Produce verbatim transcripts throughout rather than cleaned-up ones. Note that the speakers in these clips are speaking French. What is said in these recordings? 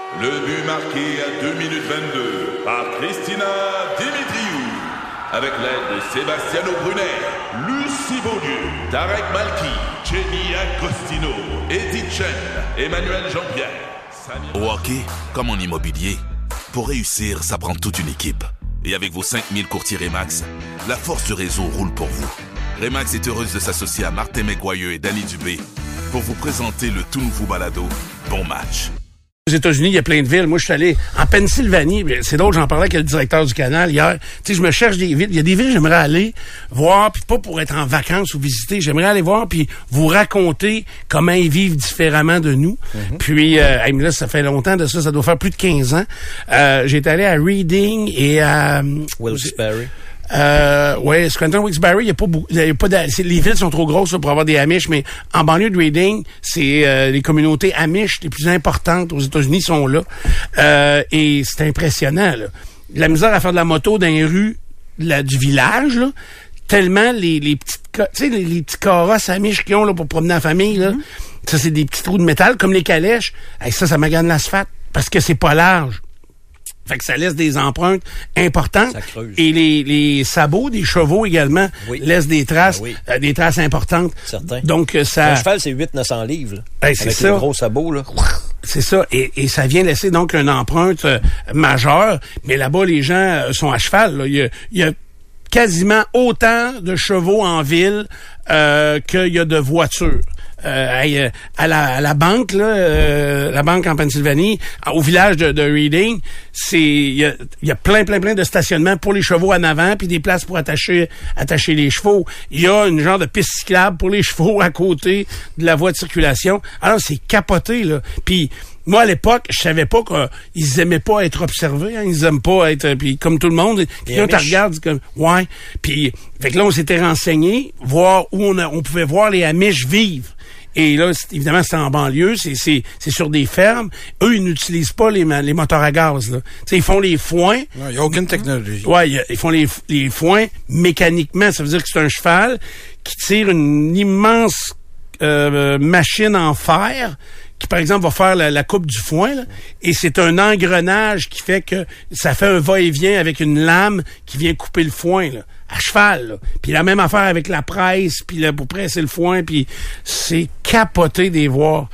Le but marqué à deux minutes vingt-deux par Christina Dimitriou. Avec l'aide de Sebastiano Brunet, Lucie Beaulieu, Tarek Malki, Jenny Agostino, Edith Chen, Emmanuel Jean-Pierre. Samir... Au hockey, comme en immobilier, pour réussir, ça prend toute une équipe. Et avec vos cinq mille courtiers Remax, la force du réseau roule pour vous. Remax est heureuse de s'associer à Martin McGuire et Danny Dubé pour vous présenter le tout nouveau balado Bon Match. Aux États-Unis, il y a plein de villes. Moi, je suis allé en Pennsylvanie. C'est drôle, j'en parlais avec le directeur du canal hier. Tu sais, je me cherche des villes. Il y a des villes que j'aimerais aller voir, puis pas pour être en vacances ou visiter. J'aimerais aller voir, puis vous raconter comment ils vivent différemment de nous. Mm-hmm. Puis, euh, hey, mais là, ça fait longtemps de ça. Ça doit faire plus de quinze ans. Euh, j'étais allé à Reading et à... Wilkes-Barre. Euh, ouais, Scranton, Wilkes-Barre, il y a pas beaucoup, il y a pas de, les villes sont trop grosses là, pour avoir des Amish, mais en banlieue de Reading, c'est euh, les communautés Amish les plus importantes aux États-Unis sont là. Euh, et c'est impressionnant, là. La misère à faire de la moto dans les rues là, du village, là, tellement les, les petites, tu sais, les, les petits carrosses Amish qu'ils ont là, pour promener la famille, là, mm-hmm. Ça, c'est des petits trous de métal, comme les calèches. Hey, ça, ça magane l'asphalte, parce que c'est pas large. Fait que ça laisse des empreintes importantes. Ça creuse. Et les, les sabots des chevaux également oui. laissent des traces, ben oui. euh, des traces importantes. Certain. Donc, euh, ça... Un cheval, c'est huit à neuf cents livres. Là, ben, c'est avec ça. les gros sabots, là. C'est ça. Et, et ça vient laisser donc une empreinte euh, majeure. Mais là-bas, les gens euh, sont à cheval, là. Il y a, il y a quasiment autant de chevaux en ville euh, qu'il y a de voitures. Euh, à, la, à la banque, là, euh, la banque en Pennsylvanie, au village de, de Reading, c'est il y a, y a plein, plein, plein de stationnements pour les chevaux en avant, puis des places pour attacher, attacher les chevaux. Il y a une genre de piste cyclable pour les chevaux à côté de la voie de circulation. Alors c'est capoté là. Puis moi, à l'époque, je savais pas qu'ils aimaient pas être observés, hein, ils aiment pas être, puis comme tout le monde, quelqu'un te regarde, comme, ouais. Puis, fait que là, on s'était renseigné, voir où on, a, on pouvait voir les Amish vivre. Et là, c'est, évidemment, c'est en banlieue, c'est, c'est, c'est sur des fermes. Eux, ils n'utilisent pas les, les moteurs à gaz, là. Tu sais, ils font les foins. Il n'y a aucune technologie. Ouais, y a, ils font les, les foins mécaniquement. Ça veut dire que c'est un cheval qui tire une immense euh, machine en fer qui, par exemple, va faire la, la coupe du foin, là, et c'est un engrenage qui fait que ça fait un va-et-vient avec une lame qui vient couper le foin, là, à cheval, là. Puis la même affaire avec la presse, puis là, pour presser le foin, puis c'est capoté des voir,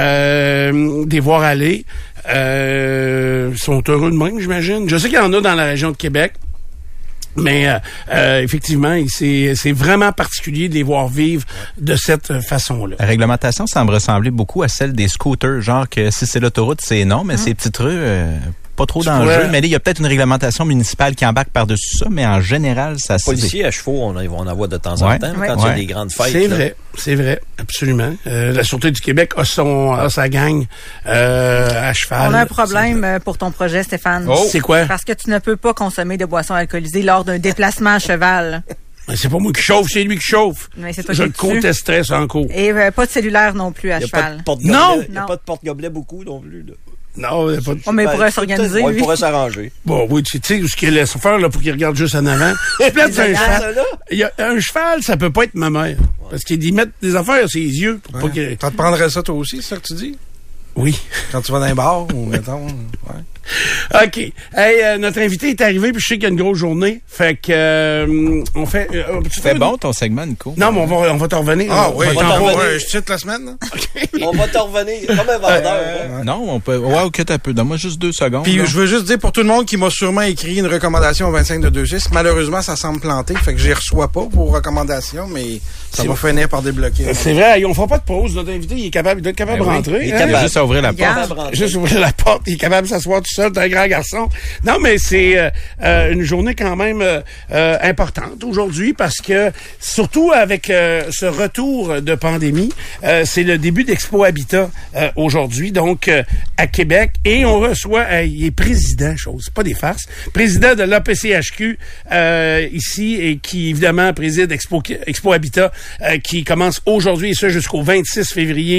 euh, des voir aller. Euh, ils sont heureux de même, j'imagine. Je sais qu'il y en a dans la région de Québec. Mais euh, euh, effectivement, c'est, c'est vraiment particulier de les voir vivre de cette façon-là. La réglementation semble ressembler beaucoup à celle des scooters, genre que si c'est l'autoroute, c'est non, mais hum. ces petites rues, euh, pas trop d'enjeux. Pourrais... Mais là, il y a peut-être une réglementation municipale qui embarque par-dessus ça, mais en général, ça se... Policiers à chevaux, on, on en voit de temps en ouais. temps, ouais. quand ouais. il y a des grandes fêtes. C'est là. vrai, c'est vrai, absolument. Euh, la Sûreté du Québec a, son, a sa gang euh, à cheval. On a un problème pour ton projet, Stéphane. Oh. C'est quoi? Parce que tu ne peux pas consommer de boissons alcoolisées lors d'un déplacement à cheval. Mais c'est pas moi qui chauffe, c'est lui qui chauffe. Mais c'est toi Je qui le contesterais ça en cours. Et euh, pas de cellulaire non plus à cheval. Non! Il n'y a pas de porte-gobelet beaucoup non plus, là. Non, il n'y a pas de... Oh, mais il pourrait s'organiser, ouais, lui. Il pourrait s'arranger. Bon, oui, tu sais, ce qu'il laisse faire, là, pour qu'il regarde juste en avant. C'est plate, un cheval. Il y a, un cheval, ça peut pas être ma mère. Ouais. Parce qu'il dit mettre des affaires à ses yeux. Pour ouais. pas que... T'en te prendrais ça, toi aussi, c'est ça que tu dis? Oui. Quand tu vas dans un bar, ou mettons, ouais. OK. Hey, euh, notre invité est arrivé, puis je sais qu'il y a une grosse journée. Fait que, euh, on fait... Euh, C'était bon, ton segment, Nico. Non, mais on va, on va t'en revenir. Ah oui, on va t'en revenir. Je cite la semaine, là. Okay. On va t'en revenir. Comme un vendeur. Euh, ouais. Non, on peut... Ouais, OK, t'as peu. Donne-moi juste deux secondes. Puis là. je veux juste dire, pour tout le monde qui m'a sûrement écrit une recommandation au vingt-cinq de deux six, malheureusement, ça semble planter. Fait que j'y reçois pas vos recommandations, mais ça c'est va vrai. finir par débloquer. C'est vrai, on fera pas de pause. Notre invité, il est capable, il doit être capable ben de oui. rentrer. Il est hein? capable juste à ouvrir la porte. Juste ouvrir la porte. Il est capable de s'asseoir tout seul. T'es un grand garçon. Non, mais c'est euh, euh, une journée quand même euh, euh, importante aujourd'hui parce que, surtout avec euh, ce retour de pandémie, euh, c'est le début d'Expo Habitat euh, aujourd'hui, donc euh, à Québec. Et on reçoit, euh, il est président, chose, pas des farces, président de l'A P C H Q euh, ici et qui, évidemment, préside Expo, Expo Habitat euh, qui commence aujourd'hui et ça jusqu'au vingt-six février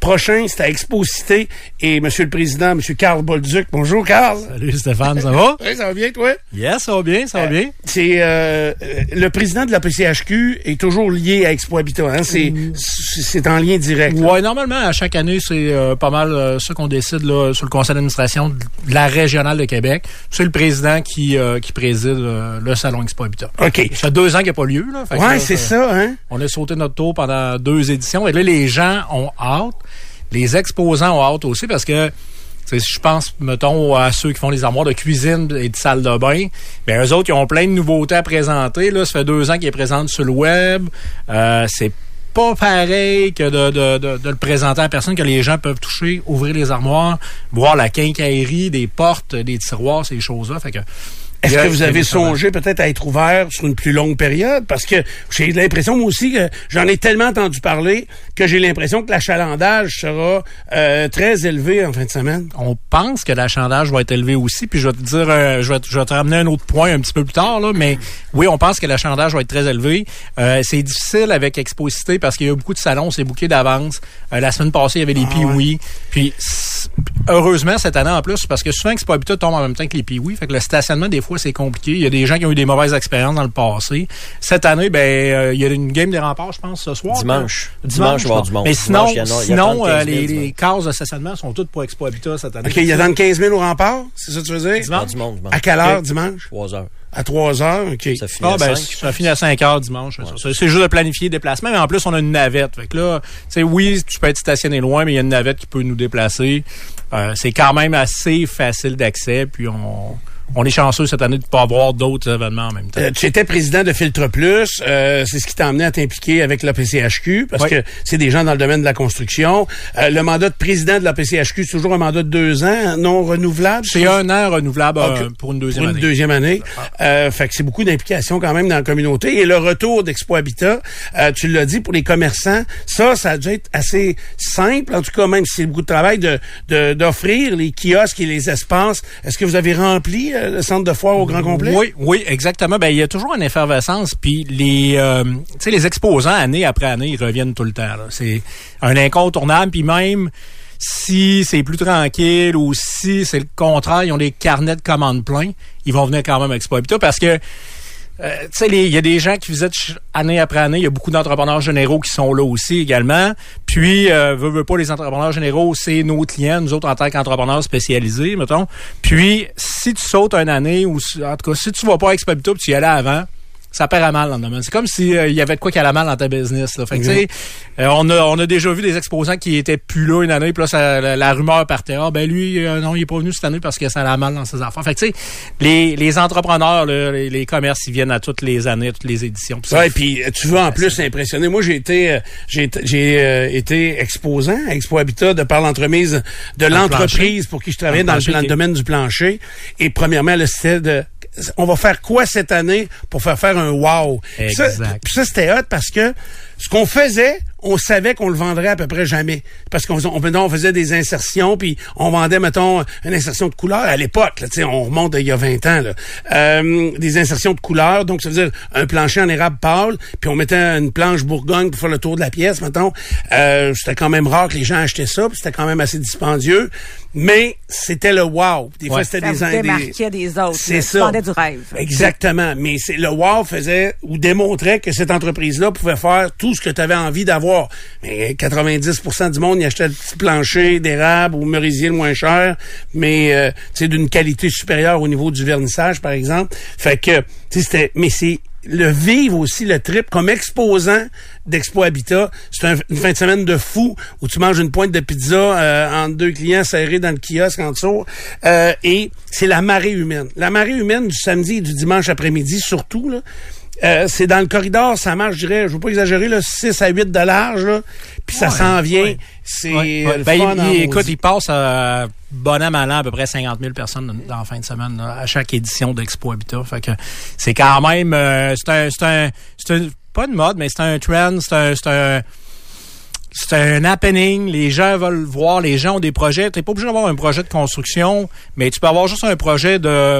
prochain, c'est à Expo Cité. Et Monsieur le Président, M. Carl Bolduc. Bonjour, Carl. Salut, Stéphane, ça va? Oui, ça va bien, toi? Yes, ça va bien, ça va bien. Euh, c'est euh, le président de la P C H Q est toujours lié à Expo Habitat. Hein? C'est, mm. c'est en lien direct. Oui, normalement, à chaque année, c'est euh, pas mal euh, ça qu'on décide là, sur le conseil d'administration de la régionale de Québec. C'est le président qui, euh, qui préside euh, le salon Expo Habitat. OK. Ça fait deux ans qu'il n'y a pas lieu. Là. Fait ouais, là, c'est ça, ça, hein? On a sauté notre tour pendant deux éditions. Et là, les gens ont hâte. Les exposants ont hâte aussi parce que je pense, mettons, à ceux qui font les armoires de cuisine et de salle de bain, bien, eux autres, ils ont plein de nouveautés à présenter. Là, ça fait deux ans qu'ils les présentent sur le web. Euh, c'est pas pareil que de, de, de, de le présenter à personne que les gens peuvent toucher, ouvrir les armoires, voir la quincaillerie, des portes, des tiroirs, ces choses-là. Fait que est-ce que vous avez songé peut-être à être ouvert sur une plus longue période? Parce que j'ai l'impression, moi aussi, que j'en ai tellement entendu parler que j'ai l'impression que l'achalandage sera euh, très élevé en fin de semaine. On pense que l'achalandage va être élevé aussi. Puis je vais te dire, euh, je, vais te, je vais te ramener un autre point un petit peu plus tard, là, mais oui, on pense que l'achalandage va être très élevé. Euh, c'est difficile avec Expo Cité parce qu'il y a beaucoup de salons, c'est booké d'avance. Euh, la semaine passée, il y avait les ah, Pee-Wee. Ouais. Puis heureusement, cette année en plus, parce que souvent Expo Habitat tombe en même temps que les Pee-Wee. Fait que le stationnement, des fois, c'est compliqué. Il y a des gens qui ont eu des mauvaises expériences dans le passé. Cette année, ben, euh, il y a une game des remparts, je pense, ce soir. Dimanche. Là. Dimanche, Dimanche, du monde. Mais sinon, Dimanche, y en a, sinon y a euh, les, les cases de stationnement sont toutes pour Expo Habitat cette année. OK, il y a dans quinze mille au rempart, c'est ça que tu veux dire? Dimanche. Ah, du monde, dimanche. À quelle heure, okay. dimanche? trois heures. À trois heures, OK. Ça finit ah, à ben, cinq. ça finit à cinq heures dimanche. Ouais. C'est, c'est juste de planifier le déplacement, mais en plus, on a une navette. Fait que là, tu sais, oui, tu peux être stationné loin, mais il y a une navette qui peut nous déplacer. Euh, c'est quand même assez facile d'accès, puis on... On est chanceux cette année de ne pas avoir d'autres événements en même temps. Euh, tu étais président de Filtre Plus. Euh, c'est ce qui t'a amené à t'impliquer avec l'A P C H Q parce oui. que c'est des gens dans le domaine de la construction. Euh, le mandat de président de l'A P C H Q, c'est toujours un mandat de deux ans, non renouvelable? C'est un an renouvelable okay. euh, pour une deuxième pour année. Une deuxième année. Ah. Euh, fait que c'est beaucoup d'implication quand même dans la communauté. Et le retour d'Expo Habitat, euh, tu l'as dit, pour les commerçants, ça, ça a dû être assez simple. En tout cas, même si c'est beaucoup de travail de, de, d'offrir les kiosques et les espaces. Est-ce que vous avez rempli euh, le centre de foire au grand complet? Oui, oui, exactement. Ben, il y a toujours une effervescence, puis les, euh, tu sais, les exposants, année après année, ils reviennent tout le temps, là. C'est un incontournable, puis même si c'est plus tranquille ou si c'est le contraire, ils ont des carnets de commandes pleins, ils vont venir quand même à Expo Habitat parce que Euh, tu sais, il y a des gens qui visitent année après année. Il y a beaucoup d'entrepreneurs généraux qui sont là aussi également. Puis, euh, veut, veut pas, les entrepreneurs généraux, c'est nos clients, nous autres en tant qu'entrepreneurs spécialisés, mettons. Puis, si tu sautes une année ou, en tout cas, si tu vas pas à Expo Habitat puis tu y allais avant, ça perd à mal dans le domaine. C'est comme s'il euh, y avait de quoi qui allait mal dans ta business. Là. Fait que, mm-hmm. tu sais, euh, on a on a déjà vu des exposants qui étaient plus là une année, puis là, ça, la, la rumeur partait. Ah, ben lui, euh, non, il est pas venu cette année parce que ça allait mal dans ses affaires. Fait que, tu sais, les, les entrepreneurs, là, les, les commerces, ils viennent à toutes les années, à toutes les éditions. Ouais, puis tu veux en plus impressionner. Moi, j'ai été, euh, j'ai, j'ai euh, été exposant à Expo Habitat de par l'entremise de dans l'entreprise pour qui je travaillais dans, dans le, plan, le domaine du plancher. Et premièrement, le c'était de on va faire quoi cette année pour faire faire un wow? Puis ça, puis ça, c'était hot parce que ce qu'on faisait, on savait qu'on le vendrait à peu près jamais. Parce qu'on on, on faisait des insertions, puis on vendait, mettons, une insertion de couleur à l'époque. Là, on remonte il y a vingt ans. Là. Euh, des insertions de couleur, donc ça veut dire un plancher en érable pâle, puis on mettait une planche Bourgogne pour faire le tour de la pièce, mettons. Euh, c'était quand même rare que les gens achetaient ça, puis c'était quand même assez dispendieux. Mais c'était le wow. Des ouais. fois, c'était ça des... vous démarquait des, des autres. C'est là, ça. Du rêve. Exactement. Mais c'est le wow faisait ou démontrait que cette entreprise-là pouvait faire tout ce que tu avais envie d'avoir. Mais quatre-vingt-dix pour cent du monde y achetait le petit plancher d'érable ou merisier le moins cher, mais euh, tu sais d'une qualité supérieure au niveau du vernissage, par exemple. Fait que, tu sais, c'était... Mais c'est... le vivre aussi, le trip, comme exposant d'Expo Habitat, c'est un, une fin de semaine de fou où tu manges une pointe de pizza euh, entre deux clients serrés dans le kiosque en dessous. Euh, et c'est la marée humaine. La marée humaine du samedi et du dimanche après-midi, surtout, là. Euh, c'est dans le corridor, ça marche, je dirais, je veux pas exagérer, là, six à huit de large, là, puis ça ouais, s'en vient. Ouais. C'est ouais, ouais. Le ben, fun. Il, écoute, il passe à bon an, mal an, à peu près cinquante mille personnes dans la fin de semaine, là, à chaque édition d'Expo Habitat. Fait que c'est quand même, euh, c'est un, c'est un, c'est un, pas une mode, mais c'est un trend, c'est un, c'est un, c'est un happening, les gens veulent voir, les gens ont des projets. T'es pas obligé d'avoir un projet de construction, mais tu peux avoir juste un projet de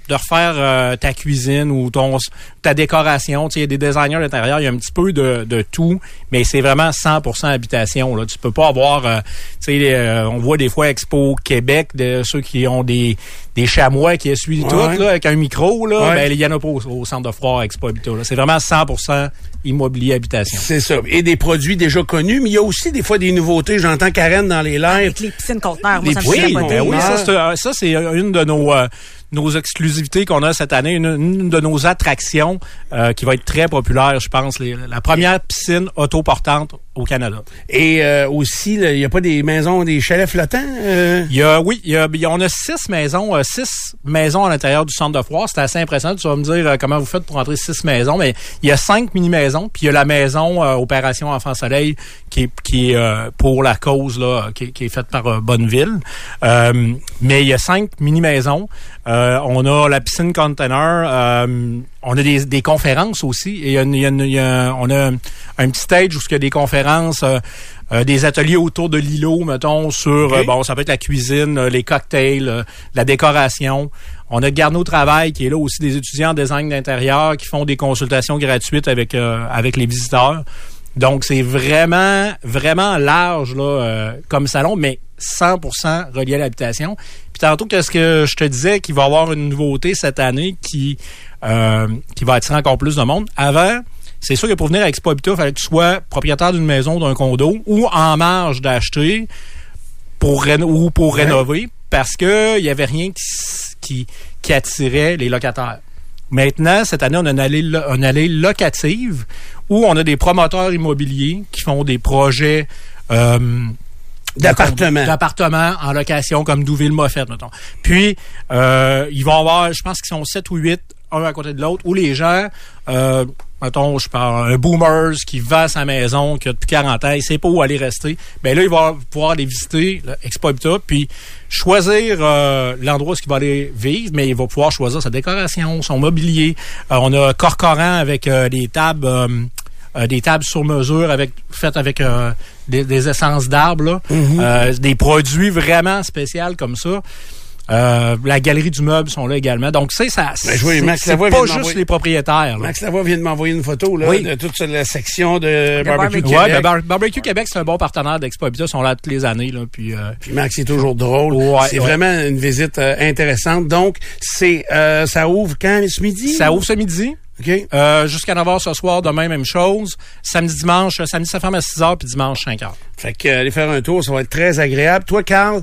de refaire euh, ta cuisine ou ton ta décoration. Il y a des designers à l'intérieur, il y a un petit peu de, de tout, mais c'est vraiment cent pour cent habitation. Là. Tu peux pas avoir... Euh, euh, on voit des fois Expo Québec, de ceux qui ont des, des chamois qui essuient ouais. tout là, avec un micro. Là, ouais. Ben, il y en a pas au, au centre de foire Expo Habitat. Là. C'est vraiment cent pour cent immobilier habitation. C'est ça. Et des produits déjà connus, mais il y a aussi des fois des nouveautés. J'entends Karen dans les lives. Avec les piscines conteneurs. Moi, ça me oui, fait ben oui, ça c'est, ça, c'est une de nos... Euh, nos exclusivités qu'on a cette année, une, une de nos attractions euh, qui va être très populaire, je pense, les, la première piscine autoportante au Canada. Et euh, aussi, il n'y a pas des maisons, des chalets flottants? Euh... Il y a, oui, il y a, y a, on a six maisons, euh, six maisons à l'intérieur du centre de foire. C'est assez impressionnant. Tu vas me dire euh, comment vous faites pour entrer six maisons, mais il y a cinq mini-maisons, puis il y a la maison euh, Opération Enfant Soleil qui est, qui est euh, pour la cause là, qui, qui est faite par euh, Bonneville. Euh, mais il y a cinq mini-maisons. Euh, on a la piscine container, euh, on a des, des conférences aussi. Et il y a, il y a, il y a, on a un petit stage où il y a des conférences, euh, euh, des ateliers autour de l'îlot, mettons, sur, okay. euh, bon, ça peut être la cuisine, euh, les cocktails, euh, la décoration. On a Garneau Travail qui est là aussi, des étudiants en design d'intérieur qui font des consultations gratuites avec euh, avec les visiteurs. Donc, c'est vraiment, vraiment large là euh, comme salon, mais cent pour cent relié à l'habitation. Puis tantôt, qu'est-ce que je te disais, qu'il va y avoir une nouveauté cette année qui euh, qui va attirer encore plus de monde. Avant, c'est sûr que pour venir à Expo Habitat, il fallait que tu sois propriétaire d'une maison, d'un condo ou en marge d'acheter pour réno- ou pour ouais. rénover parce que il y avait rien qui, qui, qui attirait les locataires. Maintenant, cette année, on a une allée, une allée locative où on a des promoteurs immobiliers qui font des projets euh, d'appartements. D'appartements en location comme Douville-Moffett, mettons. Puis, euh, ils vont avoir, je pense qu'ils sont sept ou huit, un à côté de l'autre, où les gens, euh, mettons, je parle, un boomers qui vend sa maison, qui a depuis quarante ans, il sait pas où aller rester. Ben là, il va pouvoir aller visiter Expo Habitat, puis choisir euh, l'endroit où il va aller vivre, mais il va pouvoir choisir sa décoration, son mobilier. Euh, on a Corcoran avec euh, des tables... Euh, Euh, des tables sur mesure avec faites avec euh, des, des essences d'arbres, là. Mm-hmm. euh, des produits vraiment spéciaux comme ça. Euh, la galerie du meuble sont là également. Donc, tu sais, ça, c'est, oui, Max c'est pas juste les propriétaires. Là. Max Lavoie vient de m'envoyer une photo là, oui. de toute la section de, de Barbecue, Barbecue Québec. Ouais, ben, Bar- Barbecue Québec, c'est un bon partenaire d'Expo Habitat. Ils sont là toutes les années. Là, puis, euh, puis Max est toujours drôle. Ouais, c'est ouais. vraiment une visite euh, intéressante. Donc, c'est euh, ça ouvre quand ce midi? Ça ouvre ce midi. OK. Euh, jusqu'à neuf heures ce soir, demain, même chose. Samedi, dimanche, samedi, ça ferme à six heures, puis dimanche, cinq heures. Fait que, euh, aller faire un tour, ça va être très agréable. Toi, Carl,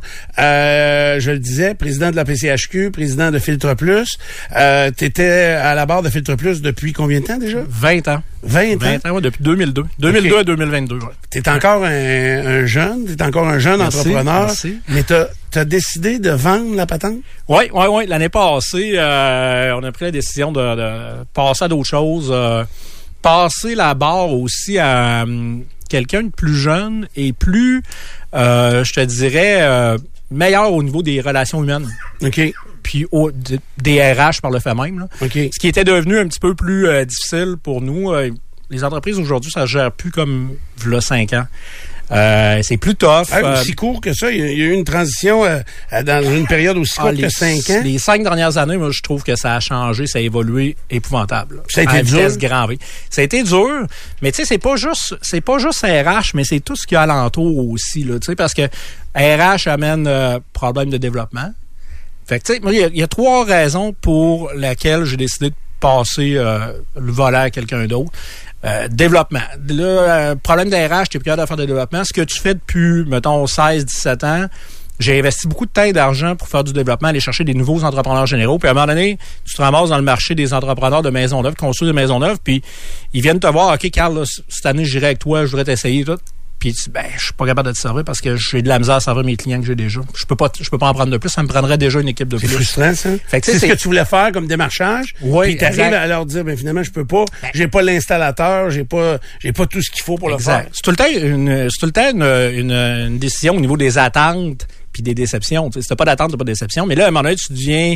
euh, je le disais, président de la P C H Q, président de Filtre Plus, euh, t'étais à la barre de Filtre Plus depuis combien de temps déjà? vingt ans. vingt ans? vingt ans, oui, depuis deux mille deux. deux mille deux okay. à deux mille vingt-deux, ouais. T'es encore un, un jeune, t'es encore un jeune merci, entrepreneur. Merci. Mais t'as, t'as décidé de vendre la patente? Oui, oui, oui. L'année passée, euh, on a pris la décision de, de passer à d'autres choses. Euh, passer la barre aussi à um, quelqu'un de plus jeune et plus, euh, je te dirais, euh, meilleur au niveau des relations humaines. OK. Puis au, d- des R H par le fait même. Là. OK. Ce qui était devenu un petit peu plus euh, difficile pour nous. Euh, les entreprises aujourd'hui, ça ne gère plus comme v'là cinq ans. Euh, c'est plus tough. Ah, euh, aussi court que ça, il y, y a eu une transition euh, dans une période aussi courte ah, les, que cinq ans. Les cinq dernières années, moi, je trouve que ça a changé, ça a évolué épouvantable. Ça a été à dur. Vitesse grand V. Ça a été dur, mais tu sais, c'est pas juste, c'est pas juste R H, mais c'est tout ce qu'il y a alentour aussi, là, tu sais, parce que R H amène euh, problème de développement. Fait que tu sais, il y, y a trois raisons pour lesquelles j'ai décidé de passer euh, le volet à quelqu'un d'autre. Euh, développement. Là, euh, problème de R H, t'es plus capable de faire de développement. Ce que tu fais depuis, mettons, seize dix-sept ans, j'ai investi beaucoup de temps et d'argent pour faire du développement, aller chercher des nouveaux entrepreneurs généraux. Puis à un moment donné, tu te ramasses dans le marché des entrepreneurs de maisons neuves, construire des maisons neuves, puis ils viennent te voir, OK, Carl, là, cette année, j'irai avec toi, je voudrais t'essayer, tout. Puis tu dis, ben, je suis pas capable de te servir parce que j'ai de la misère à servir mes clients que j'ai déjà. Je peux pas, je peux pas en prendre de plus. Ça me prendrait déjà une équipe de c'est plus. C'est frustrant, ça. Fait que, c'est, c'est ce que tu voulais faire comme démarchage. Oui. Puis t'arrives à leur dire, ben, finalement, je peux pas. Ben, j'ai pas l'installateur, j'ai pas, j'ai pas tout ce qu'il faut pour exact. le faire. C'est tout le temps une, c'est tout le temps une, une, une décision au niveau des attentes puis des déceptions. Tu sais, si t'as pas d'attente, t'as pas de déception. Mais là, à un moment donné, tu deviens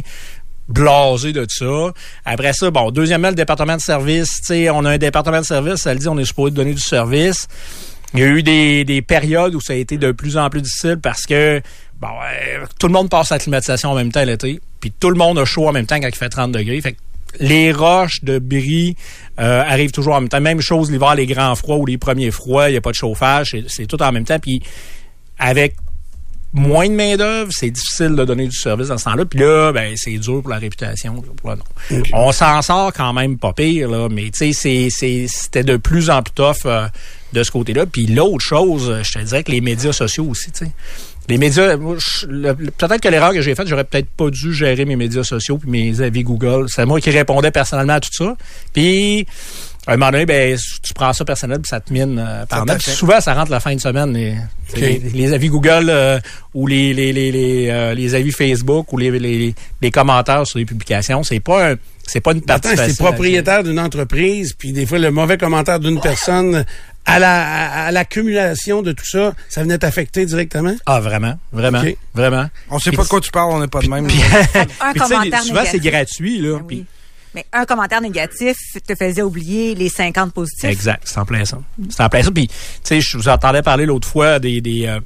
blasé de ça. Après ça, bon, deuxièmement, le département de service. Tu sais, on a un département de service, ça le dit, on est supposé donner du service. Il y a eu des, des périodes où ça a été de plus en plus difficile parce que bon, ouais, tout le monde passe la climatisation en même temps l'été, puis tout le monde a chaud en même temps quand il fait trente degrés. Fait que les roches de bris euh, arrivent toujours en même temps. Même chose l'hiver, les grands froids ou les premiers froids, il n'y a pas de chauffage, c'est, c'est tout en même temps. Puis avec moins de main-d'œuvre, c'est difficile de donner du service dans ce temps-là. Puis là, ben c'est dur pour la réputation. Là, pour le nom. Okay. On s'en sort quand même pas pire, là, mais tu sais, c'est, c'est, c'était de plus en plus tough euh, de ce côté-là. Puis l'autre chose, je te dirais que les médias sociaux aussi, tu sais. Les médias, moi, je, le, peut-être que l'erreur que j'ai faite, j'aurais peut-être pas dû gérer mes médias sociaux puis mes avis Google. C'est moi qui répondais personnellement à tout ça. Puis, à un moment donné, ben, tu prends ça personnel puis ça te mine euh, par là. Souvent, ça rentre la fin de semaine. Les, okay. les, les avis Google euh, ou les les les les, euh, les avis Facebook ou les, les les commentaires sur les publications, c'est pas un, c'est pas une partie Attends, facile. C'est propriétaire d'une entreprise puis des fois le mauvais commentaire d'une personne. À, la, à, à l'accumulation de tout ça, ça venait t'affecter directement? Ah, vraiment, vraiment, okay. vraiment. On sait pis pas de quoi tu parles, on n'est pas de même. Pis, un pis commentaire souvent, négatif. c'est gratuit, là. Oui. Pis... Mais un commentaire négatif te faisait oublier les cinquante positifs. Exact, c'est en plein ça. C'est en plein ça. Puis, tu sais, je vous entendais parler l'autre fois des, des euh,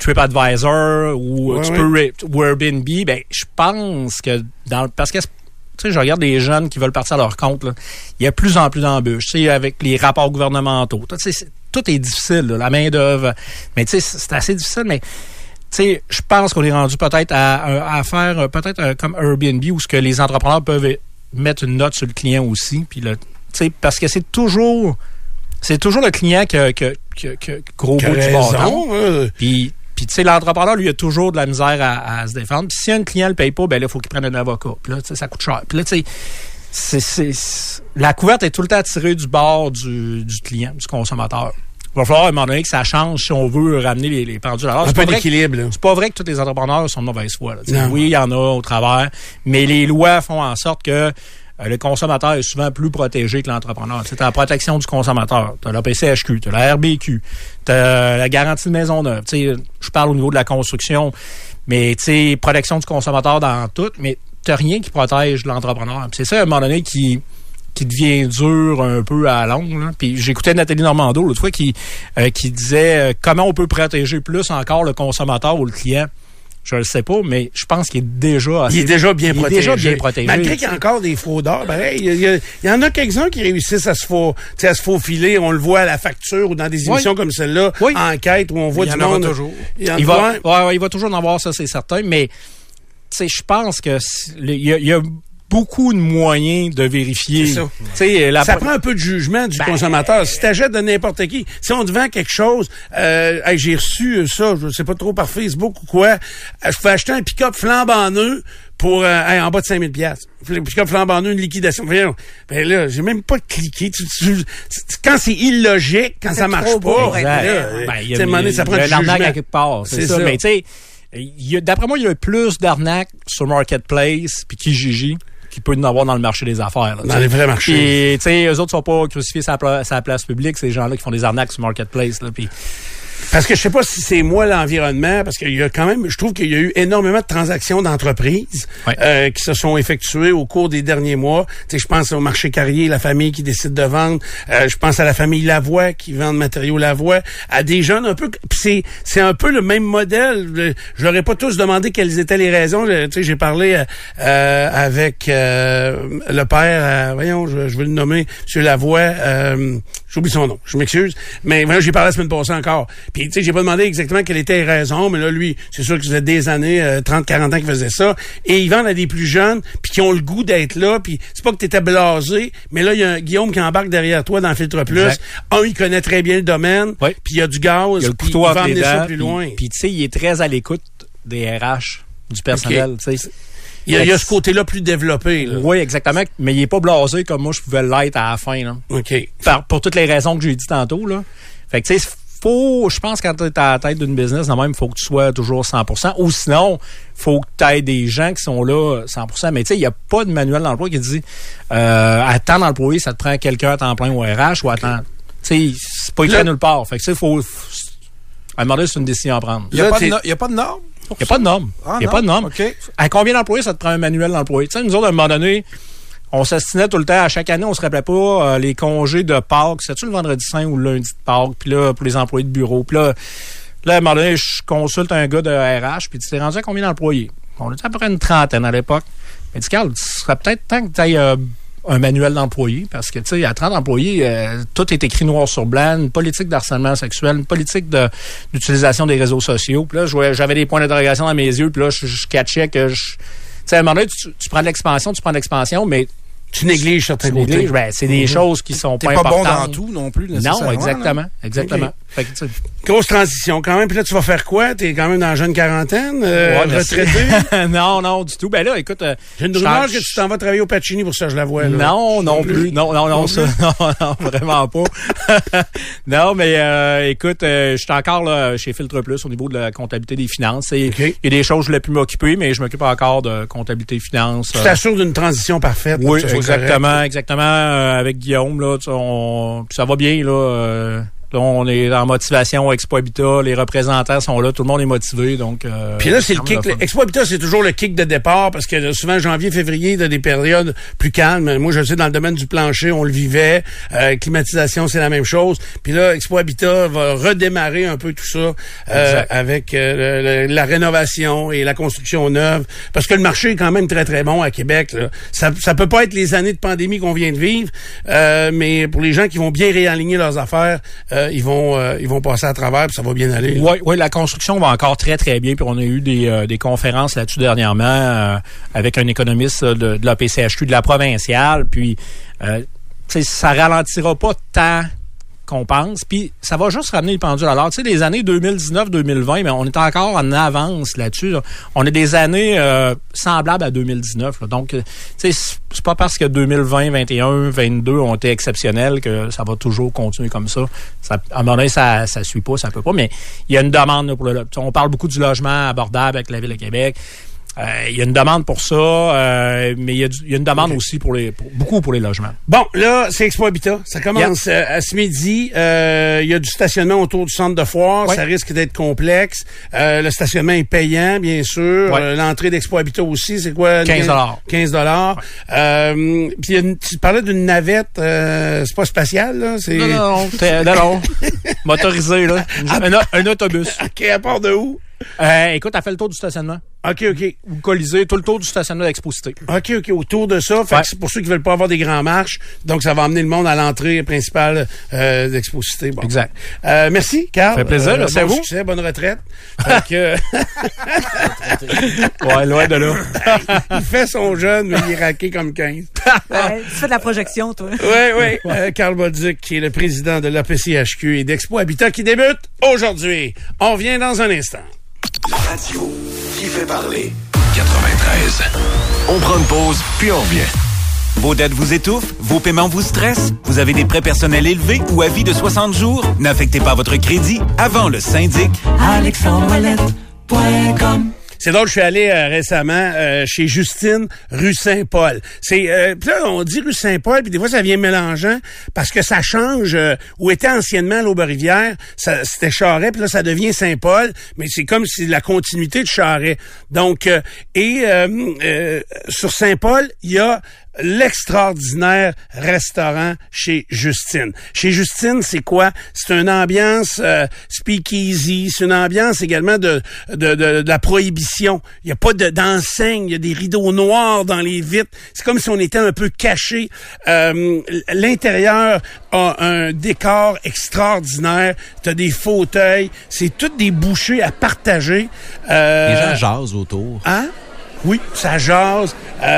TripAdvisor ou ouais, tu ouais. peux ou Airbnb. Ben, je pense que dans parce que tu sais, je regarde des jeunes qui veulent partir à leur compte. Là. Il y a de plus en plus d'embûches. Tu sais, avec les rapports gouvernementaux. Tu sais, tout est difficile, là, la main d'œuvre. Mais tu sais, c'est assez difficile. Mais tu sais, je pense qu'on est rendu peut-être à, à faire peut-être comme Airbnb où ce que les entrepreneurs peuvent mettre une note sur le client aussi. Puis là, tu sais, parce que c'est toujours, c'est toujours le client qui a, qui a, qui a, qui a gros bout du bâton. Euh. Puis Puis, tu sais, l'entrepreneur, lui, a toujours de la misère à, à se défendre. Puis, si un client le paye pas, ben là, il faut qu'il prenne un avocat. Puis là, tu sais, ça coûte cher. Puis là, tu sais, c'est, c'est, c'est, la couverte est tout le temps tirée du bord du, du client, du consommateur. Il va falloir, à un moment donné, que ça change si on veut ramener les, les pendules à l'heure. Un peu d'équilibre, là. C'est pas vrai que tous les entrepreneurs sont de mauvaise foi, là. Oui, il y en a au travers, mais les lois font en sorte que Euh, le consommateur est souvent plus protégé que l'entrepreneur. Tu as la protection du consommateur, tu as la P C H Q, tu as la R B Q, tu as la garantie de maison neuve. Tu sais, je parle au niveau de la construction, mais tu sais, protection du consommateur dans tout, mais tu n'as rien qui protège l'entrepreneur. Puis c'est ça, à un moment donné, qui qui devient dur un peu à longue. Là. Puis j'écoutais Nathalie Normando l'autre fois qui, euh, qui disait euh, comment on peut protéger plus encore le consommateur ou le client. Je le sais pas, mais je pense qu'il est déjà assez, il est déjà bien il protégé. Est déjà bien protégé. Malgré qu'il y a encore des fraudeurs, ben, il y, y, y en a quelques-uns qui réussissent à se faux, à se faufiler. On le voit à la facture ou dans des émissions oui. comme celle-là, oui. enquête où on voit il du y en monde. toujours. Il, il va, ouais, ouais, il va toujours en avoir, ça c'est certain. Mais tu sais, je pense que il y a, y a beaucoup de moyens de vérifier. C'est ça. T'sais, la... ça prend un peu de jugement du ben, consommateur. Si t'achètes de n'importe qui, si on te vend quelque chose, euh, hey, j'ai reçu ça, je sais pas trop par Facebook ou quoi, je pouvais acheter un pick-up flambant neuf pour euh, hey, en bas de cinq mille dollars. Pick-up flambant neuf, une liquidation. Ben là, j'ai même pas cliqué. Tu, tu, quand c'est illogique, quand c'est ça marche pas, beau, ben, là, ben, ben, y a, donné, ça prend y a du l'arnaque jugement. à quelque part. C'est, c'est ça. ça. Mais tu sais, y a, d'après moi, il y a plus d'arnaques sur Marketplace puis Kijiji qui peut en avoir dans le marché des affaires. Là, dans les vrais marchés. Et tu sais, eux autres sont pas crucifiés sur la, pla- sur la place publique, ces gens-là qui font des arnaques sur Marketplace. Là, pis... Parce que je sais pas si c'est moi l'environnement, parce qu'il y a quand même, je trouve qu'il y a eu énormément de transactions d'entreprises ouais. euh, qui se sont effectuées au cours des derniers mois. Tu sais, je pense au marché Carrier, la famille qui décide de vendre. Euh, je pense à la famille Lavoie qui vend de matériaux Lavoie, à des jeunes un peu. Puis c'est c'est un peu le même modèle. Je leur ai pas tous demandé quelles étaient les raisons. Tu sais, j'ai parlé euh, avec euh, le père. Euh, voyons, je, je veux le nommer, M. Lavoie. Euh, J'oublie son nom. Je m'excuse. Mais voilà, j'ai parlé la semaine passée encore. Puis, tu sais, j'ai pas demandé exactement quelles étaient les raisons, mais là, lui, c'est sûr que ça faisait des années, euh, trente, quarante ans qu'il faisait ça. Et ils vendent à des plus jeunes, puis qui ont le goût d'être là. Puis, c'est pas que t'étais blasé, mais là, il y a un Guillaume qui embarque derrière toi dans Filtre Plus. Exact. Un, il connaît très bien le domaine. Oui. Puis, il y a du gaz. Il y a le puis couteau il va amener ça dents, plus loin. Puis, tu sais, il est très à l'écoute des R H, du personnel, okay. tu sais. Il y, a, il y a ce côté-là plus développé. Là. Oui, exactement. Mais il est pas blasé comme moi, je pouvais l'être à la fin. Là. OK. Par, pour toutes les raisons que j'ai dit tantôt. Là. Fait que, tu sais, faut, je pense, quand tu es à la tête d'une business, non même, il faut que tu sois toujours cent pour cent. Ou sinon, faut que tu aies des gens qui sont là cent pour cent. Mais tu sais, il n'y a pas de manuel d'emploi qui dit euh, à temps d'employé, ça te prend quelqu'un à temps plein au R H ou à temps. Tu sais, c'est pas écrit nulle part. Fait que, tu sais, faut. À un moment donné, c'est une décision à prendre. Il n'y a, a pas de normes? Il n'y a pas de normes. Il ah, n'y a pas de normes. Okay. À combien d'employés ça te prend un manuel d'employé? Tu sais, nous autres, à un moment donné, on s'astinait tout le temps. À chaque année, on se rappelait pas euh, les congés de Pâques. C'est-tu le vendredi saint ou le lundi de Pâques? Puis là, pour les employés de bureau. Puis là, Là, à un moment donné, je consulte un gars de R H, puis tu t'es rendu à combien d'employés? On était à peu près une trentaine à l'époque. Il dit, Carl, ce serait peut-être temps que tu ailles euh, un manuel d'employés, parce que, tu sais, à trente employés, euh, tout est écrit noir sur blanc, une politique d'harcèlement sexuel, une politique de, d'utilisation des réseaux sociaux. Puis là, je, j'avais des points d'interrogation dans mes yeux, puis là, je, je catchais que je... Tu sais, à un moment donné, tu, tu prends de l'expansion, tu prends de l'expansion, mais... Tu négliges certains côtés. Ben, c'est des mm-hmm. choses qui sont T'es pas, pas importantes. T'es pas bon dans tout non plus, nécessairement. Non, exactement. Là. Exactement. Okay. Fait que, grosse transition quand même. Puis là, tu vas faire quoi? T'es quand même dans la jeune quarantaine, euh, ouais, retraité? non, non, du tout. Ben là, écoute... Euh, J'ai une rumeur que tu t'en vas travailler au Pacini pour ça, je la vois. Là. Non, non plus. plus. Non, non, non, non ça, non, non, vraiment pas. non, mais euh, écoute, euh, je suis encore là chez Filtre Plus au niveau de la comptabilité des finances. Il okay. y a des choses que je voulais plus m'occuper, mais je m'occupe encore de comptabilité finances. Tu t'assures d'une transition parfaite. Oui, là, exactement, correct. exactement. Euh, avec Guillaume, là, on, ça va bien, là. Euh, Là, on est en motivation Expo Habitat, les représentants sont là, tout le monde est motivé, donc... Euh, Puis là, c'est le kick. Le, Expo Habitat, c'est toujours le kick de départ, parce que souvent, janvier, février, t'as des périodes plus calmes. Moi, je sais, dans le domaine du plancher, on le vivait. Euh, climatisation, c'est la même chose. Puis là, Expo Habitat va redémarrer un peu tout ça euh, avec euh, le, la rénovation et la construction neuve, parce que le marché est quand même très, très bon à Québec. Là. Ça, ça peut pas être les années de pandémie qu'on vient de vivre, euh, mais pour les gens qui vont bien réaligner leurs affaires... Euh, ils vont euh, ils vont passer à travers puis ça va bien aller. Oui, oui, la construction va encore très très bien puis on a eu des euh, des conférences là-dessus dernièrement euh, avec un économiste de, de la P C H Q de la provinciale puis euh, ça ralentira pas tant qu'on pense, puis ça va juste ramener le pendule à l'heure. Tu sais, les années deux mille dix-neuf deux mille vingt, mais on est encore en avance là-dessus. Là. On a des années euh, semblables à deux mille dix-neuf. Là. Donc, tu sais, c'est pas parce que deux mille vingt, vingt et un, vingt-deux ont été exceptionnels que ça va toujours continuer comme ça. ça à un moment donné, ça ça suit pas, ça peut pas, mais il y a une demande là, pour le... On parle beaucoup du logement abordable avec la Ville de Québec. Il euh, y a une demande pour ça, euh, mais il y, y a une demande okay. aussi pour les pour, beaucoup pour les logements. Bon, là, c'est Expo Habitat. Ça commence yep. euh, à ce midi. Il euh, y a du stationnement autour du centre de foire. Ouais. Ça risque d'être complexe. Euh, le stationnement est payant, bien sûr. Ouais. Euh, l'entrée d'Expo Habitat aussi, c'est quoi? quinze dollars. quinze dollars. Ouais. Euh, puis tu parlais d'une navette, euh, c'est pas spatial, là? C'est... Non, non, non. non, non. Motorisé, là. un, un autobus. OK, à part de où? Euh, écoute, elle fait le tour du stationnement. OK, OK. Ou Colisée, tout le tour du stationnement d'Exposité. OK, OK, autour de ça. Fait ouais. que c'est pour ceux qui veulent pas avoir des grands marches. Donc, ça va emmener le monde à l'entrée principale euh, d'Exposité. Bon. Exact. Euh, merci, Carl. Ça fait plaisir, euh, merci bon à vous. Succès, bonne retraite. Fait que... ouais, loin de là. Il fait son jeune, mais il est raqué comme quinze. Ouais, tu fais de la projection, toi. Oui, oui. Euh, Carl Bolduc, qui est le président de l'A P C H Q et d'Expo Habitat, qui débute aujourd'hui. On revient dans un instant. La radio qui fait parler. quatre-vingt-treize. On prend une pause, puis on revient. Vos dettes vous étouffent? Vos paiements vous stressent? Vous avez des prêts personnels élevés ou à vie de soixante jours? N'affectez pas votre crédit avant le syndic. alexandre ouellette point com. C'est drôle, je suis allé euh, récemment euh, chez Justine, rue Saint-Paul. C'est euh, puis là, on dit rue Saint-Paul, puis des fois ça vient mélangeant parce que ça change. Euh, où était anciennement l'Aube-Rivière, ça c'était Charest, puis là ça devient Saint-Paul, mais c'est comme si la continuité de Charest. Donc euh, et euh, euh, sur Saint-Paul, il y a l'extraordinaire restaurant chez Justine. Chez Justine, c'est quoi? C'est une ambiance euh, speakeasy, c'est une ambiance également de, de, de, de la prohibition. Il n'y a pas de, d'enseigne, il y a des rideaux noirs dans les vitres. C'est comme si on était un peu caché. Euh, l'intérieur a un décor extraordinaire. Tu as des fauteuils. C'est toutes des bouchées à partager. Euh, les gens jasent autour. Hein? Oui, ça jase,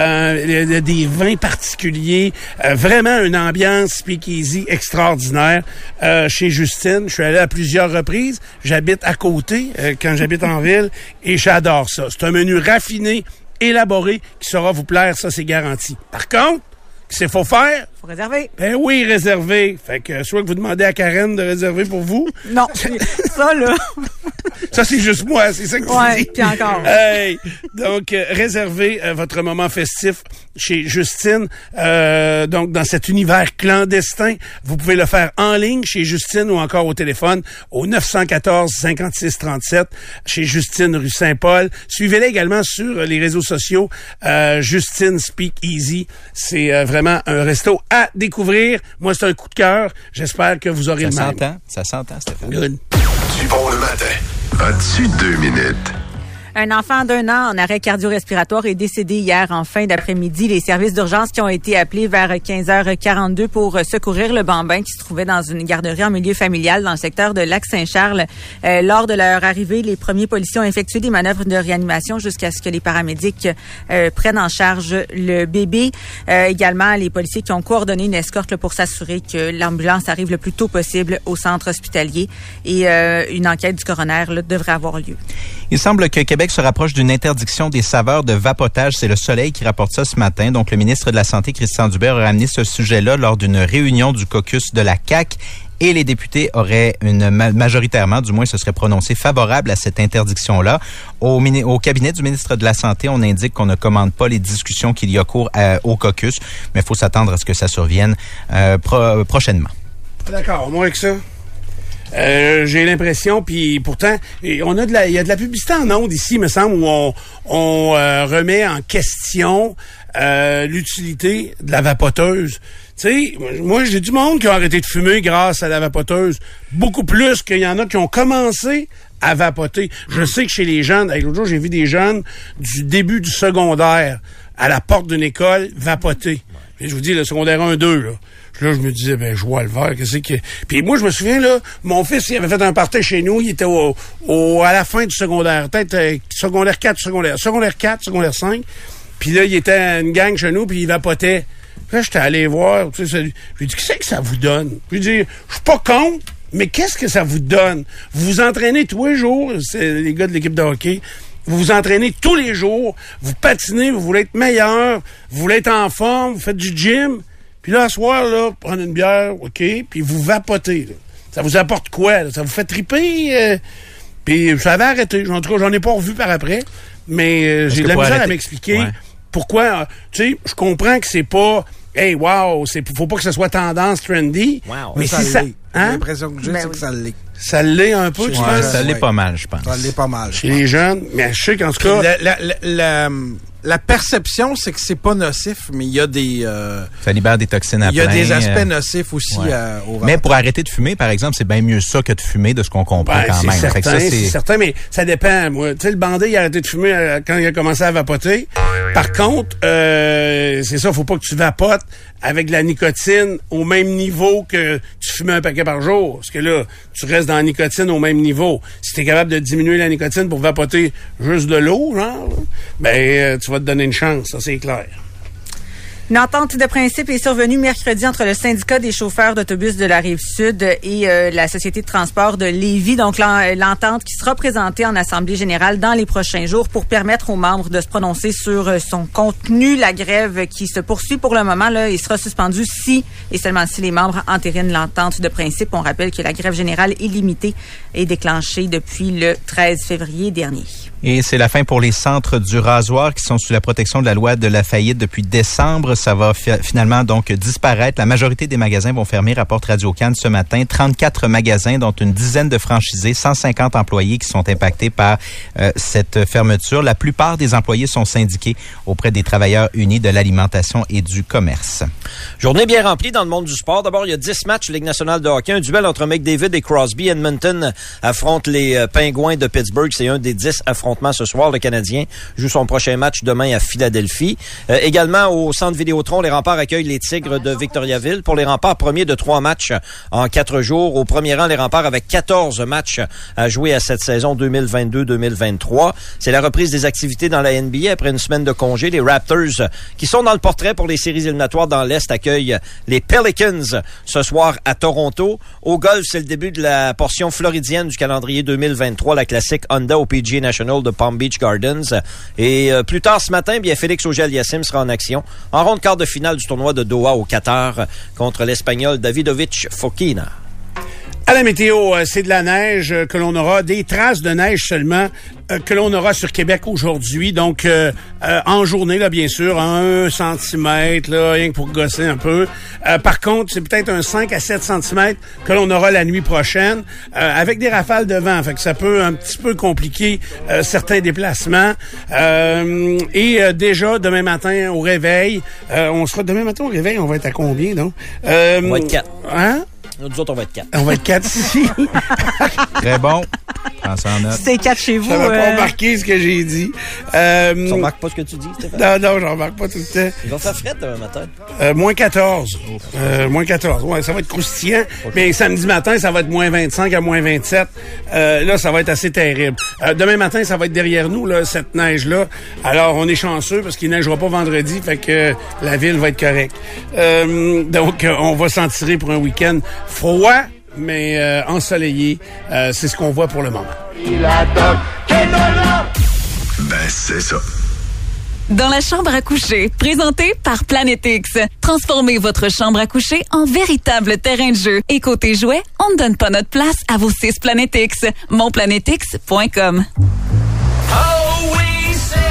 euh, des vins particuliers, euh, vraiment une ambiance speakeasy extraordinaire euh, chez Justine. Je suis allé à plusieurs reprises. J'habite à côté euh, quand j'habite en ville et j'adore ça. C'est un menu raffiné, élaboré, qui saura vous plaire, ça c'est garanti. Par contre, qu'est-ce qu'il faut faire? Faut réserver. Ben oui, réserver. Fait que soit que vous demandez à Karen de réserver pour vous. Non, ça là... Ça, c'est juste moi, c'est ça que tu ouais, dis. Puis encore. Hey, donc, euh, réservez euh, votre moment festif chez Justine. Euh, donc, dans cet univers clandestin, vous pouvez le faire en ligne chez Justine ou encore au téléphone au neuf un quatre, cinquante-six trente-sept chez Justine, rue Saint-Paul. Suivez-les également sur les réseaux sociaux. Euh, Justine Speak Easy. C'est euh, vraiment un resto à découvrir. Moi, c'est un coup de cœur. J'espère que vous aurez ça le même. Ça s'entend, ça s'entend, Stéphane. Good. Du bon le matin. As-tu deux minutes? Un enfant d'un an en arrêt cardio-respiratoire est décédé hier en fin d'après-midi. Les services d'urgence qui ont été appelés vers quinze heures quarante-deux pour secourir le bambin qui se trouvait dans une garderie en milieu familial dans le secteur de Lac-Saint-Charles. Euh, lors de leur arrivée, les premiers policiers ont effectué des manœuvres de réanimation jusqu'à ce que les paramédics euh, prennent en charge le bébé. Euh, également, les policiers qui ont coordonné une escorte là, pour s'assurer que l'ambulance arrive le plus tôt possible au centre hospitalier. Et euh, une enquête du coroner là, devrait avoir lieu. Il semble que Québec se rapproche d'une interdiction des saveurs de vapotage. C'est Le Soleil qui rapporte ça ce matin. Donc, le ministre de la Santé, Christian Dubé, a ramené ce sujet-là lors d'une réunion du caucus de la C A Q. Et les députés auraient une majoritairement, du moins, se seraient prononcés favorables à cette interdiction-là. Au, au cabinet du ministre de la Santé, on indique qu'on ne commande pas les discussions qu'il y a cours à, au caucus, mais il faut s'attendre à ce que ça survienne euh, pro, prochainement. D'accord, moins que ça. Euh, j'ai l'impression, puis pourtant, on a de la, il y a de la publicité en ondes ici, me semble, où on, on euh, remet en question euh, l'utilité de la vapoteuse. Tu sais, moi, j'ai du monde qui a arrêté de fumer grâce à la vapoteuse, beaucoup plus qu'il y en a qui ont commencé à vapoter. Je sais que chez les jeunes, l'autre jour, j'ai vu des jeunes du début du secondaire à la porte d'une école vapoter. Et je vous dis, le secondaire un deux, là. Là, je me disais, ben, je vois le vert, qu'est-ce que... Puis moi, je me souviens, là, mon fils, il avait fait un party chez nous, il était au, au à la fin du secondaire, peut-être euh, secondaire quatre, secondaire, secondaire quatre, secondaire cinq. Puis là, il était une gang chez nous, puis il vapotait. Là, j'étais allé voir, tu sais, je lui ai dit, qu'est-ce que ça vous donne? Puis il dit, je suis pas contre, mais qu'est-ce que ça vous donne? Vous vous entraînez tous les jours, c'est les gars de l'équipe de hockey, vous vous entraînez tous les jours, vous patinez, vous voulez être meilleur, vous voulez être en forme, vous faites du gym. Puis là, ce soir, là, prendre une bière, OK, puis vous vapotez. Là. Ça vous apporte quoi? Là? Ça vous fait triper? Euh, puis ça avait arrêté. En tout cas, j'en ai pas revu par après. Mais euh, j'ai de la misère arrêter? à m'expliquer ouais. pourquoi. Euh, tu sais, je comprends que c'est pas... Hey, wow, c'est, faut pas que ce soit tendance trendy. Wow. Mais ça si ça... Hein? L'impression que j'ai, ben c'est oui. que ça l'est. Ça l'est un peu, ouais, tu penses? Ça l'est pas mal, je pense. Ça l'est pas mal. Chez les jeunes, mais je sais qu'en tout cas... La, la, la, la, la perception, c'est que c'est pas nocif, mais il y a des... Euh, ça libère des toxines à plein. Il y a des aspects nocifs aussi ouais. euh, au Mais pour arrêter de fumer, par exemple, c'est bien mieux ça que de fumer, de ce qu'on comprend ben, quand c'est même. Certain, fait que ça, c'est... c'est certain, mais ça dépend. Moi, tu sais, le bandé, il a arrêté de fumer euh, quand il a commencé à vapoter. Par contre, euh, c'est ça, faut pas que tu vapotes avec de la nicotine au même niveau que tu fumais un paquet par jour. Parce que là, tu restes dans la nicotine au même niveau. Si tu es capable de diminuer la nicotine pour vapoter juste de l'eau, genre, ben euh, tu vas te donner une chance, ça c'est clair. Une entente de principe est survenue mercredi entre le syndicat des chauffeurs d'autobus de la Rive-Sud et euh, la Société de transport de Lévis. Donc, l'entente qui sera présentée en Assemblée générale dans les prochains jours pour permettre aux membres de se prononcer sur son contenu. La grève qui se poursuit pour le moment, là, il sera suspendu si et seulement si les membres entérinent l'entente de principe. On rappelle que la grève générale illimitée est déclenchée depuis le treize février dernier. Et c'est la fin pour les centres du rasoir qui sont sous la protection de la loi de la faillite depuis décembre. Ça va fi- finalement donc disparaître. La majorité des magasins vont fermer, rapporte Radio-Can ce matin. trente-quatre magasins, dont une dizaine de franchisés, cent cinquante employés qui sont impactés par euh, cette fermeture. La plupart des employés sont syndiqués auprès des travailleurs unis de l'alimentation et du commerce. Journée bien remplie dans le monde du sport. D'abord, il y a dix matchs Ligue nationale de hockey. Un duel entre McDavid et Crosby. Edmonton affronte les euh, Pingouins de Pittsburgh. C'est un des dix affrontements ce soir. Le Canadien joue son prochain match demain à Philadelphie. Euh, également, au centre Vidéotron, les Remparts accueillent les Tigres de Victoriaville. Pour les Remparts, premier de trois matchs en quatre jours. Au premier rang, les Remparts avec quatorze matchs à jouer à cette saison deux mille vingt-deux deux mille vingt-trois. C'est la reprise des activités dans la N B A après une semaine de congé. Les Raptors, qui sont dans le portrait pour les séries éliminatoires dans l'Est, accueillent les Pelicans ce soir à Toronto. Au golf, c'est le début de la portion floridienne du calendrier deux mille vingt-trois, la classique Honda au P G A National de Palm Beach Gardens. Et euh, plus tard ce matin, bien Félix Auger-Aliassime sera en action en ronde quart de finale du tournoi de Doha au Qatar contre l'Espagnol Davidovich Fokina. À la météo, c'est de la neige que l'on aura, des traces de neige seulement euh, que l'on aura sur Québec aujourd'hui. Donc, euh, euh, en journée, là, bien sûr, un centimètre, là, rien que pour gosser un peu. Euh, par contre, c'est peut-être un cinq à sept centimètres que l'on aura la nuit prochaine, euh, avec des rafales de vent. Fait que ça peut un petit peu compliquer euh, certains déplacements. Euh, et euh, déjà, demain matin, au réveil, euh, on sera demain matin au réveil, on va être à combien, donc? Euh, On va être quatre. Hein? Nous autres, on va être quatre. On va être quatre ici. Très bon. Prends ça en note. C'est quatre chez vous. Ça va pas euh... remarquer ce que j'ai dit. Euh, Tu remarques pas ce que tu dis, Stéphane? Non, non, j'en remarque pas tout le temps. Il va faire fret demain matin. Euh, moins quatorze. Euh, moins quatorze. Ouais, ça va être croustillant. Okay. Mais samedi matin, ça va être moins vingt-cinq à moins vingt-sept. Euh, là, ça va être assez terrible. Euh, demain matin, ça va être derrière nous, là, cette neige-là. Alors, on est chanceux parce qu'il neigera pas vendredi, fait que euh, la ville va être correcte. Euh, donc, euh, on va s'en tirer pour un week-end froid, mais euh, ensoleillé. Euh, c'est ce qu'on voit pour le moment. Ben, c'est ça. Dans la chambre à coucher, présenté par Planète X. Transformez votre chambre à coucher en véritable terrain de jeu. Et côté jouets, on ne donne pas notre place à vos six Planète X. mon planète x point com. Oh oui, c'est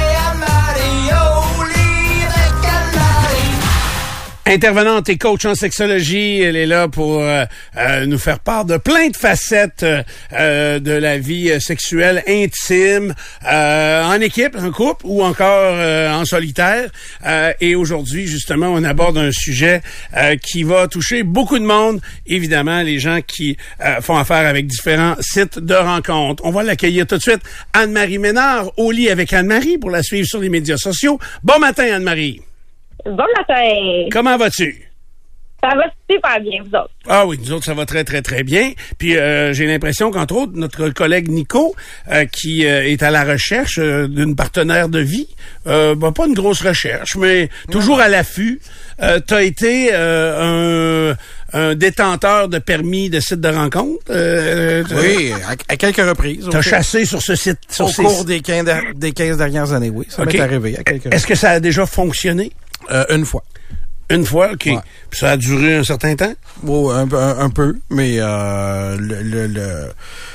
Intervenante et coach en sexologie, elle est là pour euh, euh, nous faire part de plein de facettes euh, de la vie sexuelle intime, euh, en équipe, en couple ou encore euh, en solitaire. Euh, et aujourd'hui, justement, on aborde un sujet euh, qui va toucher beaucoup de monde. Évidemment, les gens qui euh, font affaire avec différents sites de rencontres. On va l'accueillir tout de suite. Anne-Marie Ménard, au lit avec Anne-Marie, pour la suivre sur les médias sociaux. Bon matin, Anne-Marie. Bon matin. Comment vas-tu? Ça va super bien, vous autres. Ah oui, nous autres, ça va très, très, très bien. Puis euh, j'ai l'impression qu'entre autres, notre collègue Nico, euh, qui euh, est à la recherche euh, d'une partenaire de vie, euh, ben, pas une grosse recherche, mais toujours à l'affût, euh, t'as été euh, un, un détenteur de permis de site de rencontre. Euh, oui, à, à quelques reprises. T'as chassé sur ce site. Sur au ces... cours des quinze, des quinze dernières années, oui. Ça okay. m'est arrivé à quelques reprises. Est-ce que ça a déjà fonctionné? Euh, une fois. Une fois, OK. Ouais. Puis ça a duré un certain temps? Oh, un, un, un peu, mais euh, le, le, le,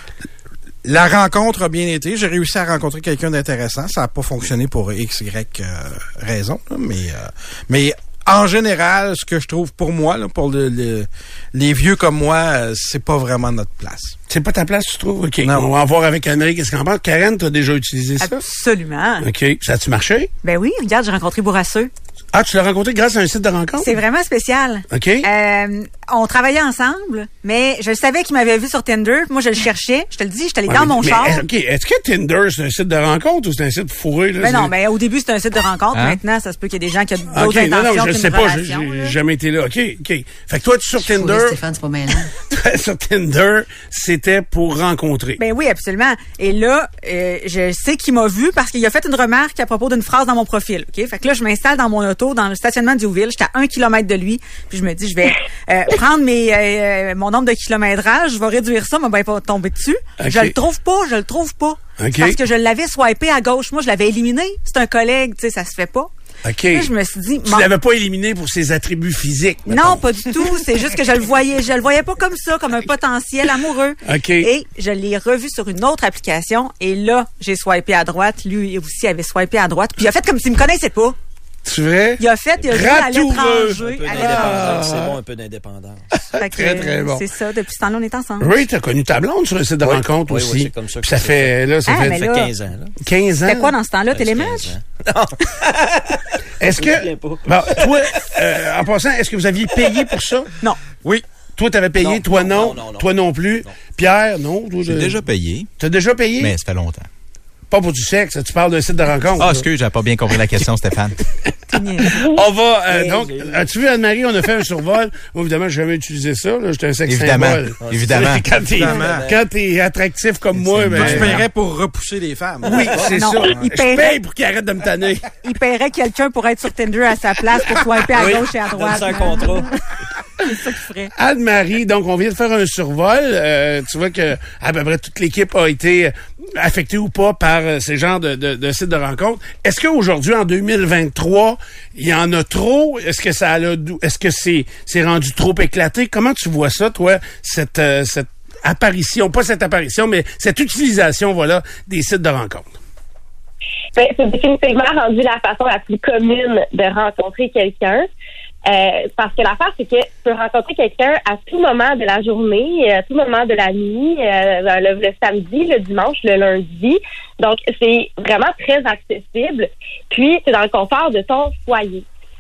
la rencontre a bien été. J'ai réussi à rencontrer quelqu'un d'intéressant. Ça n'a pas fonctionné pour X, Y euh, raison, là, mais, euh, mais en général, ce que je trouve pour moi, là, pour le, le, les vieux comme moi, euh, c'est pas vraiment notre place. C'est pas ta place, tu trouves? OK. Non. On va en voir avec Anne-Marie qu'est-ce qu'en pense. Karen, t'as déjà utilisé ça? Absolument. OK. Ça a-tu marché? Ben oui, regarde, j'ai rencontré Bourrasseux. Ah, tu l'as rencontré grâce à un site de rencontre? C'est vraiment spécial. OK. Euh, on travaillait ensemble, mais je savais qu'il m'avait vu sur Tinder. Moi, je le cherchais. Je te le dis, je suis allée ouais, dans mais, mon mais, char. OK. Est-ce que Tinder, c'est un site de rencontre ou c'est un site fourré? Là, ben non, c'est... mais au début, c'était un site de rencontre. Hein? Maintenant, ça se peut qu'il y ait des gens qui ont d'autres okay, intentions. Non, non, je sais pas. J'ai, relation, j'ai jamais été là. OK, OK. Fait que toi, tu sur Tinder... Stéphane, c'est pas mêlant. sur Tinder, c'était pour rencontrer. Ben oui, absolument. Et là, euh, je sais qu'il m'a vu parce qu'il a fait une remarque à propos d'une phrase dans mon profil. OK? Fait que là, je m'installe dans mon auto, dans le stationnement d'Youville. J'étais à un kilomètre de lui. Puis je me dis, je vais euh, prendre mes euh, mon nombre de kilométrage, je vais réduire ça, mais ben pas tomber dessus. Okay. Je le trouve pas, je le trouve pas. Okay. Parce que je l'avais swipé à gauche. Moi, je l'avais éliminé. C'est un collègue, tu sais, ça se fait pas. OK. Là, je me suis dit... Tu l'avais pas éliminé pour ses attributs physiques, mettons. Non, pas du tout. C'est juste que je le voyais. Je le voyais pas comme ça, comme un potentiel amoureux. OK. Et je l'ai revu sur une autre application. Et là, j'ai swipé à droite. Lui aussi avait swipé à droite. Puis il a fait comme s'il me connaissait pas. C'est vrai? Il a fait, il a joué à l'étranger. Un peu d'indépendance, c'est bon, un peu d'indépendance. Très, très bon. C'est ça, depuis ce temps-là, on est ensemble. Oui, t'as connu ta blonde sur le site de oui, rencontre oui, aussi. Oui, c'est comme ça. Puis ça fait, là, ça ah, fait, mais fait là, quinze ans, là. quinze ans. C'était quoi dans ce temps-là, Télématch? Non. Est-ce que, bon, toi, euh, en passant, est-ce que vous aviez payé pour ça? Non. Oui. Toi, t'avais payé, non, toi non, non, non, non. toi non plus. Non. Pierre, non. Toi, J'ai de... déjà payé. T'as déjà payé? Mais ça fait longtemps. Pas pour du sexe, tu parles d'un site de rencontre. Ah, excuse, j'avais pas bien compris la question, Stéphane. On va, euh, donc, as-tu vu, Anne-Marie, on a fait un survol. Moi, évidemment, j'ai jamais utilisé ça, là. J'étais un sexe Évidemment. symbole. Évidemment. Quand t'es, Évidemment. quand t'es attractif comme moi, ben. Je paierais pour repousser les femmes. Oui, c'est non, ça. il Je paierait- paye pour qu'il arrête de me tanner. Il paierait quelqu'un pour être sur Tinder à sa place pour swiper à Oui, gauche et à droite. donne-ça un contrat. C'est ça qu'il ferait. Anne-Marie, donc on vient de faire un survol. Euh, tu vois que à peu près toute l'équipe a été affectée ou pas par euh, ces genres de, de, de sites de rencontres. Est-ce qu'aujourd'hui, en deux mille vingt-trois, il y en a trop? Est-ce que ça a, est-ce que c'est, c'est rendu trop éclaté? Comment tu vois ça, toi, cette, euh, cette apparition, pas cette apparition, mais cette utilisation, voilà, des sites de rencontres? Ben, c'est définitivement rendu la façon la plus commune de rencontrer quelqu'un. Euh, parce que l'affaire, c'est que tu peux rencontrer quelqu'un à tout moment de la journée, à tout moment de la nuit, euh, le, le samedi, le dimanche, le lundi. Donc, c'est vraiment très accessible. Puis, c'est dans le confort de ton foyer.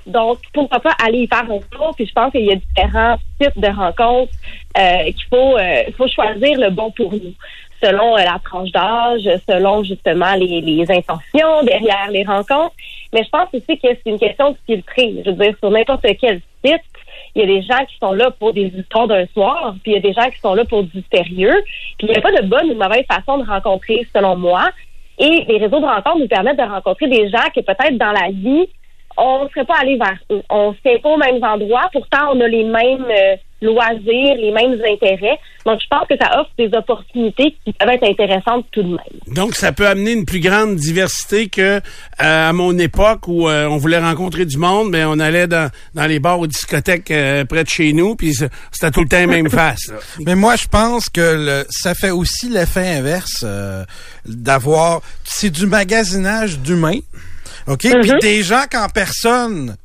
Donc, pourquoi pas aller y faire un tour? Puis je pense qu'il y a différents types de rencontres euh, qu'il faut, euh, faut choisir le bon pour nous, selon euh, la tranche d'âge, selon justement les, les intentions derrière les rencontres. Mais je pense aussi que c'est une question de filtrer. Je veux dire, sur n'importe quel site, il y a des gens qui sont là pour des histoires d'un soir, puis il y a des gens qui sont là pour du sérieux. Puis il n'y a pas de bonne ou de mauvaise façon de rencontrer, selon moi. Et les réseaux de rencontres nous permettent de rencontrer des gens que peut-être dans la vie, on ne serait pas allé vers eux. On ne se tient pas aux mêmes endroits, pourtant on a les mêmes euh, loisirs, les mêmes intérêts. Donc je pense que ça offre des opportunités qui peuvent être intéressantes tout de même. Donc ça peut amener une plus grande diversité que euh, à mon époque où euh, on voulait rencontrer du monde, mais on allait dans, dans les bars ou discothèques euh, près de chez nous, puis c'était tout le temps la même face. Là. Mais moi je pense que le, ça fait aussi l'effet inverse euh, d'avoir... C'est du magasinage d'humains. OK? Mm-hmm. Puis des gens qu'en personne,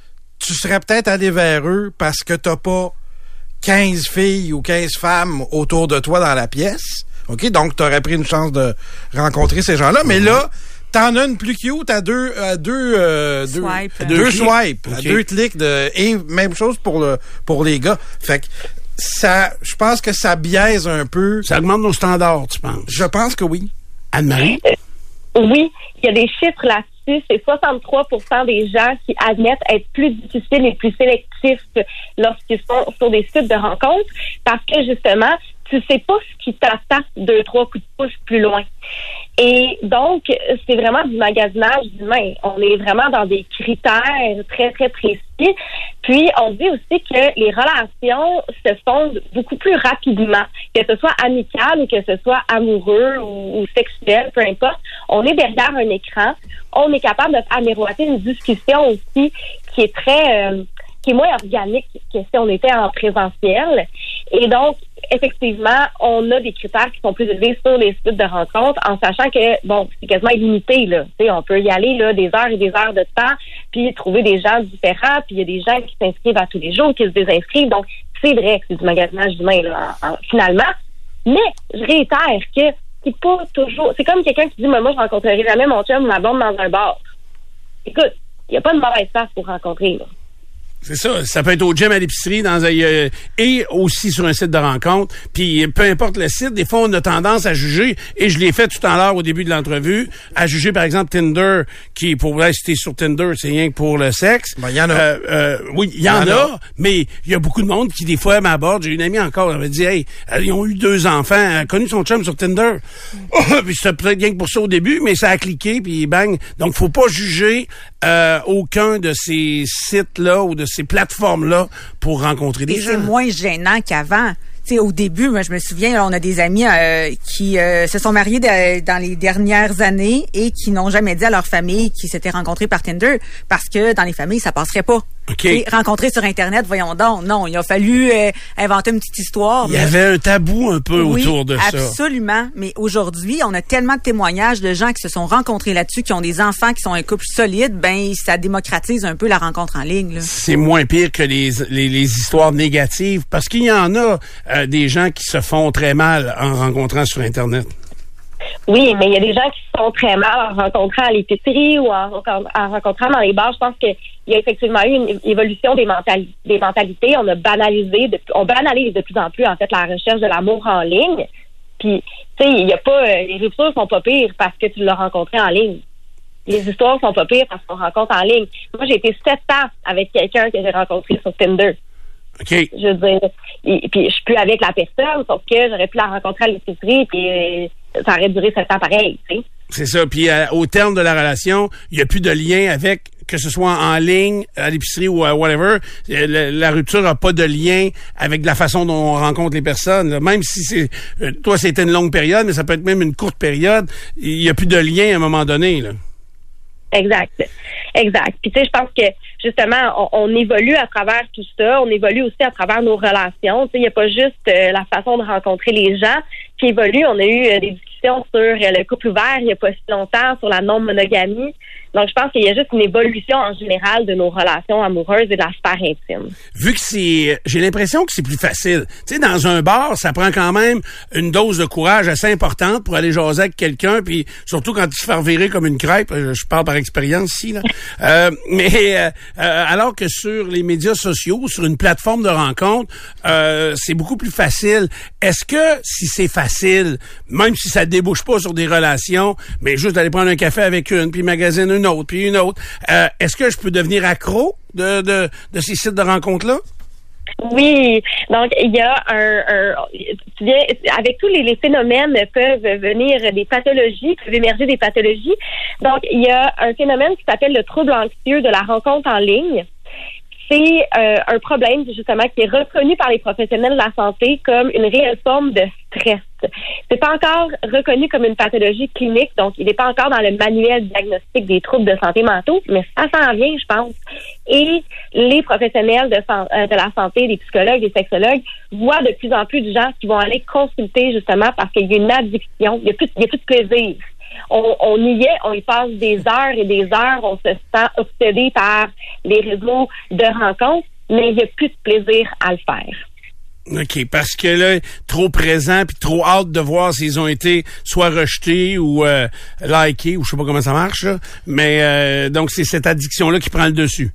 tu serais peut-être allé vers eux parce que t'as pas quinze filles ou quinze femmes autour de toi dans la pièce. OK? Donc, t'aurais pris une chance de rencontrer ces gens-là. Mm-hmm. Mais là, t'en as une plus cute à deux, à deux, euh, deux, Swipe. deux, deux swipes, okay. à deux clics de, et même chose pour le, pour les gars. Fait que, ça, je pense que ça biaise un peu. Ça augmente nos standards, tu penses? Je pense que oui. Anne-Marie? Euh, oui. Il y a des chiffres là-dessus. C'est soixante-trois pour cent des gens qui admettent être plus difficiles et plus sélectifs lorsqu'ils sont sur des sites de rencontres parce que, justement, tu sais pas ce qui t'attache deux, trois coups de pouce plus loin. Et donc, c'est vraiment du magasinage d'humains. On est vraiment dans des critères très, très précis. Puis, on dit aussi que les relations se fondent beaucoup plus rapidement, que ce soit amical ou que ce soit amoureux ou, ou sexuel, peu importe. On est derrière un écran. On est capable de faire miroiter une discussion aussi qui est très... Euh, qui est moins organique que si on était en présentiel. Et donc, effectivement, on a des critères qui sont plus élevés sur les sites de rencontres en sachant que, bon, c'est quasiment illimité, là. Tu sais, on peut y aller, là, des heures et des heures de temps, puis trouver des gens différents, puis il y a des gens qui s'inscrivent à tous les jours, qui se désinscrivent. Donc, c'est vrai que c'est du magasinage humain, là, en, en, finalement. Mais, je réitère que c'est pas toujours... C'est comme quelqu'un qui dit, moi, moi, je rencontrerai jamais mon chum ou ma blonde dans un bar. Écoute, il n'y a pas de mauvaise place pour rencontrer, là. C'est ça. Ça peut être au gym, à l'épicerie, dans un, euh, et aussi sur un site de rencontre. Puis peu importe le site, des fois on a tendance à juger, et je l'ai fait tout à l'heure au début de l'entrevue, à juger par exemple Tinder, qui pour vrai, si t'es sur Tinder, c'est rien que pour le sexe. Ben, il y en a. Euh, euh, oui, il y, y en, en a, a, mais il y a beaucoup de monde qui des fois m'aborde. J'ai une amie encore, elle m'a dit, hey, ils ont eu deux enfants, elle a connu son chum sur Tinder. Mm. Puis c'était peut-être rien que pour ça au début, mais ça a cliqué, puis bang. Donc faut pas juger euh, aucun de ces sites-là ou de ces plateformes-là pour rencontrer des Et gens. C'est moins gênant qu'avant. T'sais, au début, moi, je me souviens, là, on a des amis euh, qui euh, se sont mariés de, dans les dernières années et qui n'ont jamais dit à leur famille qu'ils s'étaient rencontrés par Tinder parce que dans les familles, ça passerait pas. Okay. Rencontrer sur Internet, voyons donc. Non, il a fallu euh, inventer une petite histoire. Il y avait un tabou un peu oui, autour de ça. Absolument. Mais aujourd'hui, on a tellement de témoignages de gens qui se sont rencontrés là-dessus, qui ont des enfants, qui sont un couple solide. Ben, ça démocratise un peu la rencontre en ligne. Là. C'est moins pire que les, les, les histoires négatives parce qu'il y en a euh, des gens qui se font très mal en rencontrant sur Internet. Oui, mais il y a des gens qui se font très mal en rencontrant à l'épicerie ou en, en rencontrant dans les bars. Je pense qu'il y a effectivement eu une évolution des, mentali- des mentalités. On a banalisé, de, on banalise de plus en plus en fait la recherche de l'amour en ligne. Puis, tu sais, il y a pas, les ruptures sont pas pires parce que tu l'as rencontré en ligne. Les histoires sont pas pires parce qu'on rencontre en ligne. Moi, j'ai été sept ans avec quelqu'un que j'ai rencontré sur Tinder. Okay. Je veux dire, et, puis je suis plus avec la personne, sauf que j'aurais pu la rencontrer à l'épicerie, puis euh, ça aurait duré sept ans pareil, tu sais. C'est ça. Puis euh, au terme de la relation, il n'y a plus de lien avec, que ce soit en ligne, à l'épicerie ou à whatever. La, la rupture n'a pas de lien avec la façon dont on rencontre les personnes. Là. Même si c'est euh, toi, c'était une longue période, mais ça peut être même une courte période. Il n'y a plus de lien à un moment donné, là. Exact. Exact. Puis tu sais, je pense que justement, on, on évolue à travers tout ça. On évolue aussi à travers nos relations. Tu sais, il n'y a pas juste euh, la façon de rencontrer les gens qui évolue. On a eu euh, des discussions sur euh, le couple ouvert il n'y a pas si longtemps, sur la non-monogamie. Donc, je pense qu'il y a juste une évolution en général de nos relations amoureuses et de la sphère intime. Vu que c'est, j'ai l'impression que c'est plus facile. Tu sais, dans un bar, ça prend quand même une dose de courage assez importante pour aller jaser avec quelqu'un, puis surtout quand tu te fais virer comme une crêpe. Je parle par expérience ici, là. euh, mais euh, alors que sur les médias sociaux, sur une plateforme de rencontre, euh, c'est beaucoup plus facile. Est-ce que si c'est facile, même si ça débouche pas sur des relations, mais juste d'aller prendre un café avec une, puis magasiner une autre, puis une autre, euh, est-ce que je peux devenir accro de, de, de ces sites de rencontres-là? Oui, donc il y a un, un tu viens, avec tous les, les phénomènes peuvent venir des pathologies, peuvent émerger des pathologies. Donc il y a un phénomène qui s'appelle le trouble anxieux de la rencontre en ligne. C'est euh, un problème justement qui est reconnu par les professionnels de la santé comme une réelle forme de stress. C'est pas encore reconnu comme une pathologie clinique, donc il n'est pas encore dans le manuel diagnostique des troubles de santé mentaux, mais ça s'en vient, je pense. Et les professionnels de, de la santé, les psychologues, les sexologues, voient de plus en plus de gens qui vont aller consulter justement parce qu'il y a une addiction, il n'y a plus, il y a plus de plaisir. On, on y est, on y passe des heures et des heures, on se sent obsédé par les réseaux de rencontres, mais il n'y a plus de plaisir à le faire. OK, parce que là, trop présent puis trop hâte de voir s'ils ont été soit rejetés ou euh, likés, ou je sais pas comment ça marche, là. Mais euh, donc c'est cette addiction-là qui prend le dessus.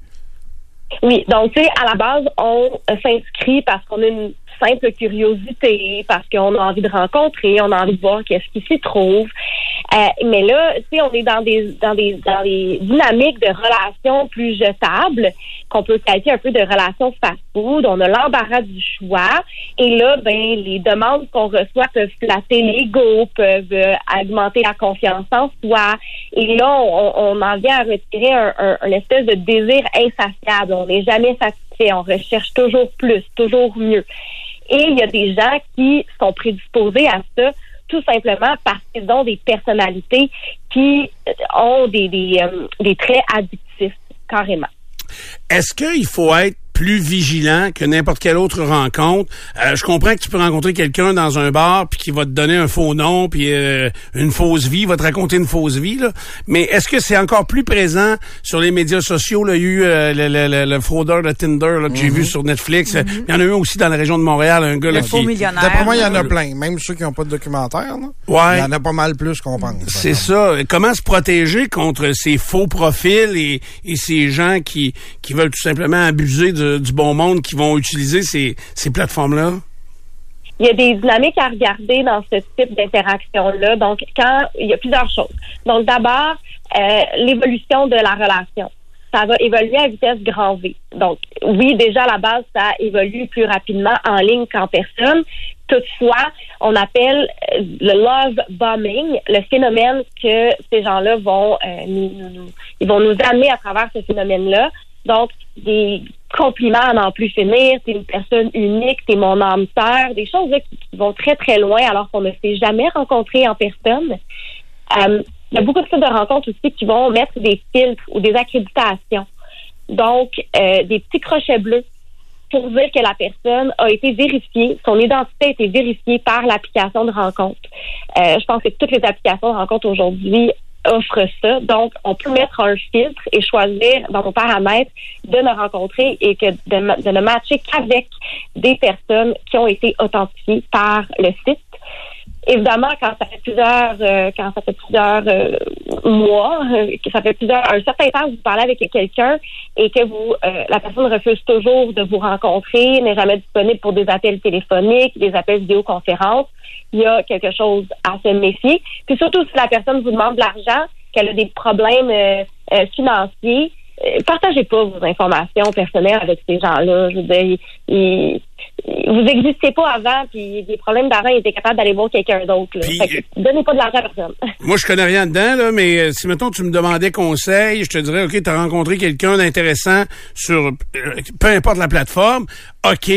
Oui, donc tu sais, à la base, on s'inscrit parce qu'on a une simple curiosité, parce qu'on a envie de rencontrer, on a envie de voir qu'est-ce qui s'y trouve. Euh, mais là, tu sais, on est dans des dans des dans des dynamiques de relations plus jetables, qu'on peut qualifier un peu de relations fast-food. On a l'embarras du choix. Et là, ben, les demandes qu'on reçoit peuvent flatter l'ego, peuvent euh, augmenter la confiance en soi. Et là, on, on en vient à retirer un, un, un espèce de désir insatiable. On n'est jamais satisfait. On recherche toujours plus, toujours mieux. Et il y a des gens qui sont prédisposés à ça tout simplement parce qu'ils ont des personnalités qui ont des, des, euh, des traits addictifs, carrément. Est-ce qu'il faut être plus vigilant que n'importe quelle autre rencontre? Euh, je comprends que tu peux rencontrer quelqu'un dans un bar puis qui va te donner un faux nom puis euh, une fausse vie, va te raconter une fausse vie, là. Mais est-ce que c'est encore plus présent sur les médias sociaux? Là, il y a eu euh, le, le, le, le fraudeur de Tinder là, que mm-hmm. j'ai vu sur Netflix. Mm-hmm. Il y en a eu aussi dans la région de Montréal, un gars le là faux qui... millionnaire. D'après moi, il y en a plein. Même ceux qui n'ont pas de documentaire, là. Ouais. Il y en a pas mal plus qu'on pense. C'est ça. Comment se protéger contre ces faux profils et, et ces gens qui, qui veulent tout simplement abuser de du bon monde qui vont utiliser ces, ces plateformes-là? Il y a des dynamiques à regarder dans ce type d'interaction-là. Donc, quand il y a plusieurs choses. Donc, d'abord, euh, l'évolution de la relation. Ça va évoluer à vitesse grand V. Donc, oui, déjà, à la base, ça évolue plus rapidement en ligne qu'en personne. Toutefois, on appelle le love bombing, le phénomène que ces gens-là vont, euh, nous, nous, ils vont nous amener à travers ce phénomène-là. Donc, des compliments à n'en plus finir, t'es une personne unique, t'es mon âme sœur, des choses là, qui, qui vont très, très loin alors qu'on ne s'est jamais rencontré en personne. Euh, il y a beaucoup de sites de rencontres aussi qui vont mettre des filtres ou des accréditations. Donc, euh, des petits crochets bleus pour dire que la personne a été vérifiée, son identité a été vérifiée par l'application de rencontre. Euh, je pense que toutes les applications de rencontre aujourd'hui offre ça. Donc, on peut mettre un filtre et choisir dans nos paramètres de ne rencontrer et que de, de ne matcher qu'avec des personnes qui ont été authentifiées par le site. Évidemment, quand ça fait plusieurs, euh, quand ça fait plusieurs euh, mois, euh, que ça fait plusieurs, un certain temps que vous parlez avec quelqu'un et que vous, euh, la personne refuse toujours de vous rencontrer, n'est jamais disponible pour des appels téléphoniques, des appels vidéoconférences, il y a quelque chose à se méfier. Puis surtout, si la personne vous demande de l'argent, qu'elle a des problèmes euh, euh, financiers, euh, partagez pas vos informations personnelles avec ces gens-là. Je veux dire, ils, ils, vous n'existiez pas avant, puis des problèmes d'argent, ils étaient capables d'aller voir quelqu'un d'autre. Là. Fait que, donnez pas de l'argent à personne. Moi, je connais rien dedans, là, mais euh, si, mettons, tu me demandais conseil, je te dirais, OK, tu as rencontré quelqu'un d'intéressant sur euh, peu importe la plateforme, OK,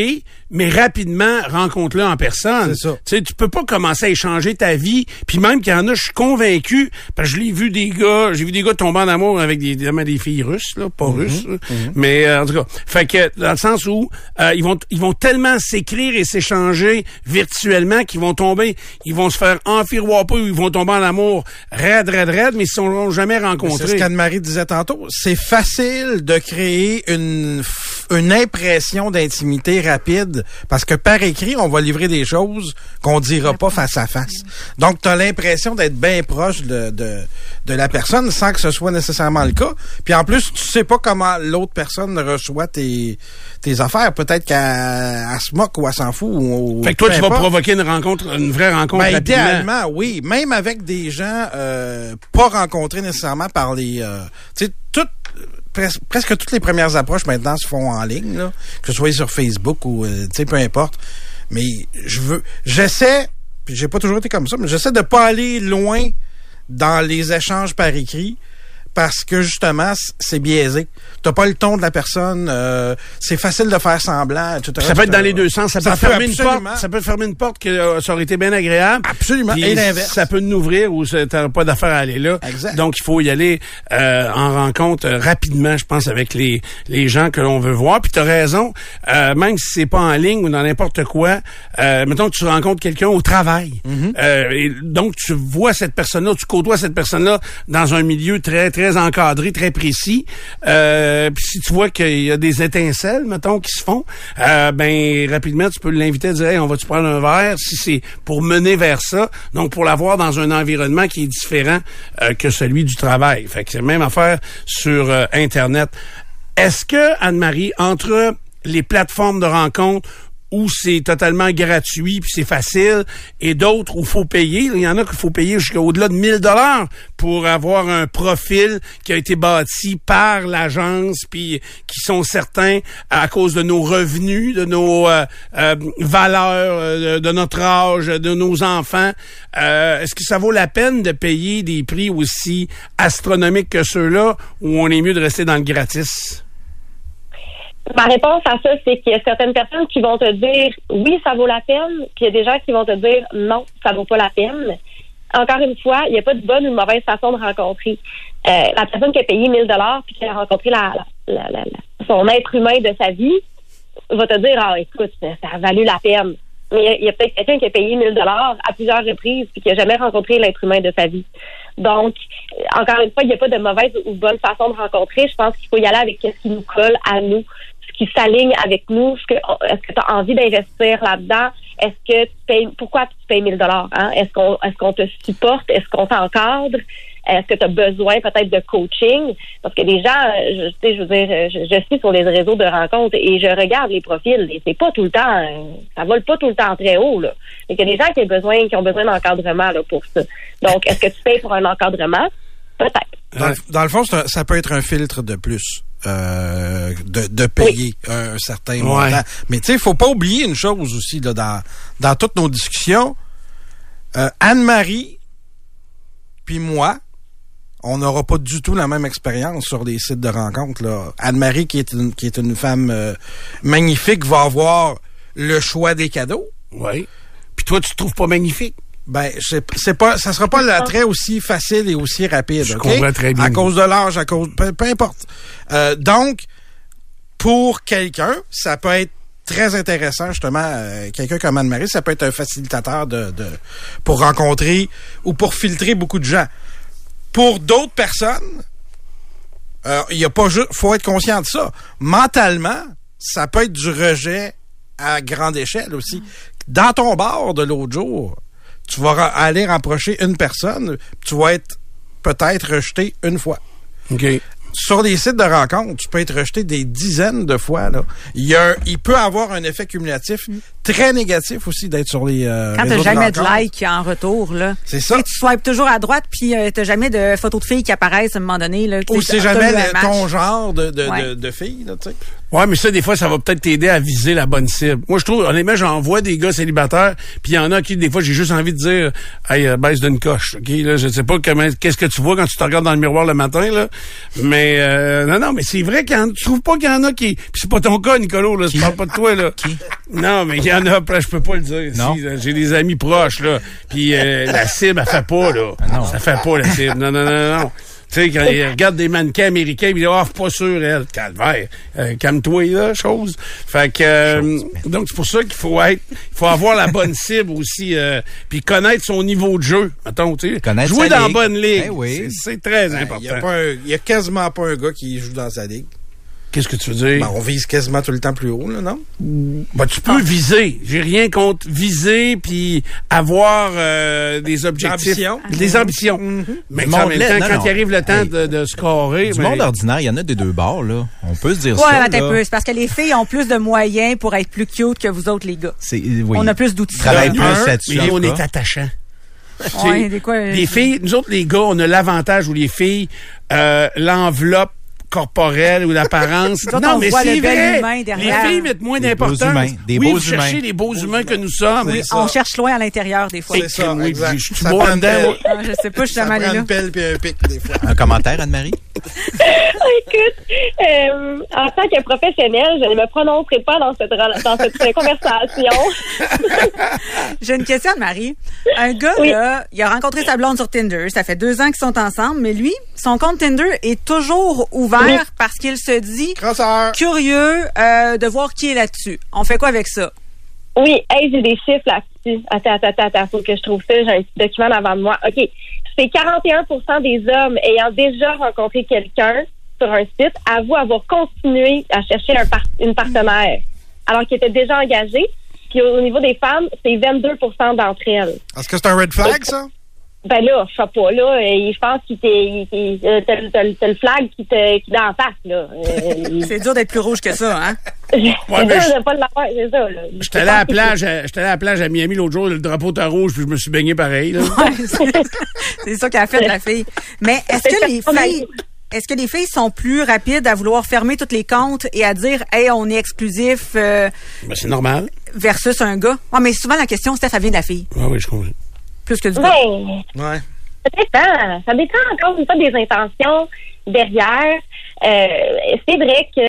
mais rapidement, rencontre-le en personne. C'est ça. Tu sais, tu peux pas commencer à échanger ta vie, puis même qu'il y en a, je suis convaincu, parce que je l'ai vu des gars, j'ai vu des gars tomber en amour avec des, des filles russes, là, pas mm-hmm. russes, là. Mm-hmm. mais euh, en tout cas, fait que dans le sens où euh, ils vont ils vont tellement s'écrire et s'échanger virtuellement qu'ils vont tomber, ils vont se faire enfiroiper ou ils vont tomber en amour raide, raide, raide, mais ils ne seront jamais rencontrés. C'est ce qu'Anne-Marie disait tantôt. C'est facile de créer une une impression d'intimité rapide parce que par écrit, on va livrer des choses qu'on dira pas face à face. Donc, tu as l'impression d'être bien proche de, de de la personne sans que ce soit nécessairement le cas. Puis en plus, tu sais pas comment l'autre personne reçoit tes tes affaires. Peut-être qu'elle elle se moque ou elle s'en fout. Ou, fait que toi, tu vas provoquer une rencontre, une vraie rencontre ben, rapidement. Idéalement, oui. Même avec des gens euh, pas rencontrés nécessairement par les... Euh, tu sais, toutes... Pres- presque toutes les premières approches maintenant se font en ligne, là, que ce soit sur Facebook ou euh, tu sais, peu importe. Mais je veux, j'essaie, puis j'ai pas toujours été comme ça, mais j'essaie de pas aller loin dans les échanges par écrit parce que justement c'est biaisé. T'as pas le ton de la personne, euh, c'est facile de faire semblant, et cetera. Ça peut être dans les deux sens. Ça, ça peut fermer une porte. Ça peut fermer une porte que euh, ça aurait été bien agréable. Absolument. Et l'inverse. Ça peut nous ouvrir ou t'as pas d'affaire à aller là. Exact. Donc il faut y aller euh, en rencontre euh, rapidement, je pense, avec les les gens que l'on veut voir. Puis t'as raison. Euh, même si c'est pas en ligne ou dans n'importe quoi, euh, mettons que tu rencontres quelqu'un au travail. Mm-hmm. euh, et donc tu vois cette personne-là, tu côtoies cette personne-là dans un milieu très très encadré, très précis. Euh, puis si tu vois qu'il y a des étincelles, mettons, qui se font, euh, ben rapidement, tu peux l'inviter à dire hey, on va-tu prendre un verre si c'est pour mener vers ça. Donc, pour l'avoir dans un environnement qui est différent euh, que celui du travail. Fait que c'est la même affaire sur euh, Internet. Est-ce que, Anne-Marie, entre les plateformes de rencontres où c'est totalement gratuit puis c'est facile et d'autres où il faut payer. Il y en a qu'il faut payer jusqu'à au-delà de mille dollars pour avoir un profil qui a été bâti par l'agence puis qui sont certains à cause de nos revenus, de nos euh, euh, valeurs, euh, de notre âge, de nos enfants. Euh, est-ce que ça vaut la peine de payer des prix aussi astronomiques que ceux-là ou on est mieux de rester dans le gratis? Ma réponse à ça, c'est qu'il y a certaines personnes qui vont te dire oui, ça vaut la peine, puis il y a des gens qui vont te dire non, ça vaut pas la peine. Encore une fois, il n'y a pas de bonne ou de mauvaise façon de rencontrer. Euh, la personne qui a payé mille dollars puis qui a rencontré la, la, la, la, la, son être humain de sa vie va te dire ah écoute, ça a valu la peine. Mais il y a, a peut-être quelqu'un qui a payé mille dollars à plusieurs reprises puis qui n'a jamais rencontré l'être humain de sa vie. Donc, encore une fois, il n'y a pas de mauvaise ou bonne façon de rencontrer. Je pense qu'il faut y aller avec ce qui nous colle à nous, ce qui s'aligne avec nous. Ce que, est-ce que tu as envie d'investir là-dedans? Est-ce que tu payes, pourquoi tu payes mille dollars? Hein? Est-ce qu'on, est-ce qu'on te supporte? Est-ce qu'on t'encadre? Est-ce que tu as besoin peut-être de coaching? Parce que les gens, je, tu sais, je veux dire, je, je suis sur les réseaux de rencontres et je regarde les profils et c'est pas tout le temps, ça vole pas tout le temps très haut, là. Il y a des gens qui ont besoin, qui ont besoin d'encadrement, là, pour ça. Donc, est-ce que tu payes pour un encadrement? Peut-être. Dans, dans le fond, un, ça peut être un filtre de plus. Euh, de, de payer oui. un, un certain montant. Ouais. Mais tu sais, il faut pas oublier une chose aussi là, dans, dans toutes nos discussions. Euh, Anne-Marie puis moi, on n'aura pas du tout la même expérience sur les sites de rencontres. Là. Anne-Marie, qui est une, qui est une femme euh, magnifique, va avoir le choix des cadeaux. Oui. Puis toi, tu te trouves pas magnifique? Ben, c'est, c'est pas, ça sera pas l'attrait aussi facile et aussi rapide. Je okay? comprends très bien. À cause de l'âge, à cause, peu, peu importe. Euh, donc, pour quelqu'un, ça peut être très intéressant, justement, euh, quelqu'un comme Anne-Marie, ça peut être un facilitateur de, de pour rencontrer ou pour filtrer beaucoup de gens. Pour d'autres personnes, euh, il y a pas juste, faut être conscient de ça. Mentalement, ça peut être du rejet à grande échelle aussi. Dans ton bar de l'autre jour, tu vas aller rapprocher une personne, tu vas être peut-être rejeté une fois. OK. Sur les sites de rencontres, tu peux être rejeté des dizaines de fois. Là. Il, y a un, il peut avoir un effet cumulatif mm. très négatif aussi d'être sur les euh, Quand réseaux t'as jamais de, de like en retour, là. C'est ça. Tu swipes toujours à droite, puis euh, t'as jamais de photos de filles qui apparaissent à un moment donné. Là, ou c'est jamais le, ton genre de, de, ouais. de, de filles. Là, tu sais. Ouais, mais ça, des fois, ça va peut-être t'aider à viser la bonne cible. Moi, je trouve, honnêtement, j'en vois des gars célibataires, puis il y en a qui, des fois, j'ai juste envie de dire, hey, euh, baisse d'une coche, ok, là, je sais pas comment, qu'est-ce que tu vois quand tu te regardes dans le miroir le matin, là, mais, euh, non, non, mais c'est vrai qu'il y en, tu trouves pas qu'il y en a qui, puis c'est pas ton cas, Nicolo, là, je parle pas de toi, là. Qui? Non, mais il y en a, je peux pas le dire. Non. Si, j'ai des amis proches, là, puis euh, la cible, elle fait pas, là. Ah non. Ça fait pas, la cible. Non, non, non, non. Tu sais, quand ils regardent des mannequins américains, ils disent, ah, oh, pas sûr, elle. Calvaire. Euh, calme-toi, là, chose. Fait que, euh, donc, c'est pour ça qu'il faut être, il faut avoir la bonne cible aussi, euh, puis connaître son niveau de jeu. Mettons, tu sais. Jouer dans la bonne ligue. Ben oui. C'est, c'est très ben, important. Il y a pas un, y a quasiment pas un gars qui joue dans sa ligue. Qu'est-ce que tu veux dire? Ben, on vise quasiment tout le temps plus haut, là, non? Ben, tu peux ah. viser. J'ai rien contre viser puis avoir euh, des objectifs. Ambition. Des ambitions. Mm-hmm. Mais en même temps, quand il arrive le temps hey. de, de scorer... Du ben... monde ordinaire, il y en a des deux bords, là. On peut se dire ouais, ça, là. Peu. C'est parce que les filles ont plus de moyens pour être plus cute que vous autres, les gars. C'est, oui. On a plus d'outils. Travaille plus là-dessus. Mais on est attachant. Ouais, des quoi, les filles, nous autres, les gars, on a l'avantage où les filles, euh, l'enveloppe corporelle ou l'apparence. Non, mais c'est vrai. Les filles mettent moins d'importance. Des oui, beaux vous cherchez humains. les beaux humains que nous sommes. Oui, on cherche loin à l'intérieur, des fois. C'est ça, oui, exact. Je suis beau en dedans. Ah, je sais pas, je suis jamais là. Ça prend une pelle puis un pic, des fois. Un commentaire, Anne-Marie? Écoute, euh, en tant que professionnelle, je ne me prononcerai pas dans cette, dans cette conversation. J'ai une question, Anne-Marie. Un gars, oui. là, il a rencontré sa blonde sur Tinder. Ça fait deux ans qu'ils sont ensemble, mais lui, son compte Tinder est toujours ouvert oui. parce qu'il se dit Crosseur. curieux euh, de voir qui est là-dessus. On fait quoi avec ça? Oui, hey, j'ai des chiffres là-dessus. Attends, attends, attends, faut que je trouve ça. J'ai un petit document devant moi. OK. C'est quarante et un pour cent des hommes ayant déjà rencontré quelqu'un sur un site avouent avoir continué à chercher un par- une partenaire alors qu'ils étaient déjà engagés. Puis au niveau des femmes, c'est vingt-deux pour cent d'entre elles. Est-ce que c'est un red flag, ça? Ben là, je sais pas, là. Je pense qu'il t'est. T'as, t'as, t'as le flag qui te qui en face, là. Euh, c'est dur d'être plus rouge que ça, hein? c'est ouais, dur je... de pas l'avoir, c'est ça, là. J'étais allé à la plage, à, j'étais allé à la plage à Miami l'autre jour, le drapeau était rouge, puis je me suis baigné pareil, là. Ouais, c'est, c'est ça qu'a fait la fille. Mais est-ce que les filles. Est-ce que les filles sont plus rapides à vouloir fermer tous les comptes et à dire, hey, on est exclusif? Euh, ben, c'est normal. Versus un gars. Ouais, mais souvent, la question, c'était, ça vient de la fille. Ah oui, je comprends. Plus que du gars. Ouais. ouais. Ça dépend. Ça dépend encore une fois des intentions derrière. Euh, c'est vrai que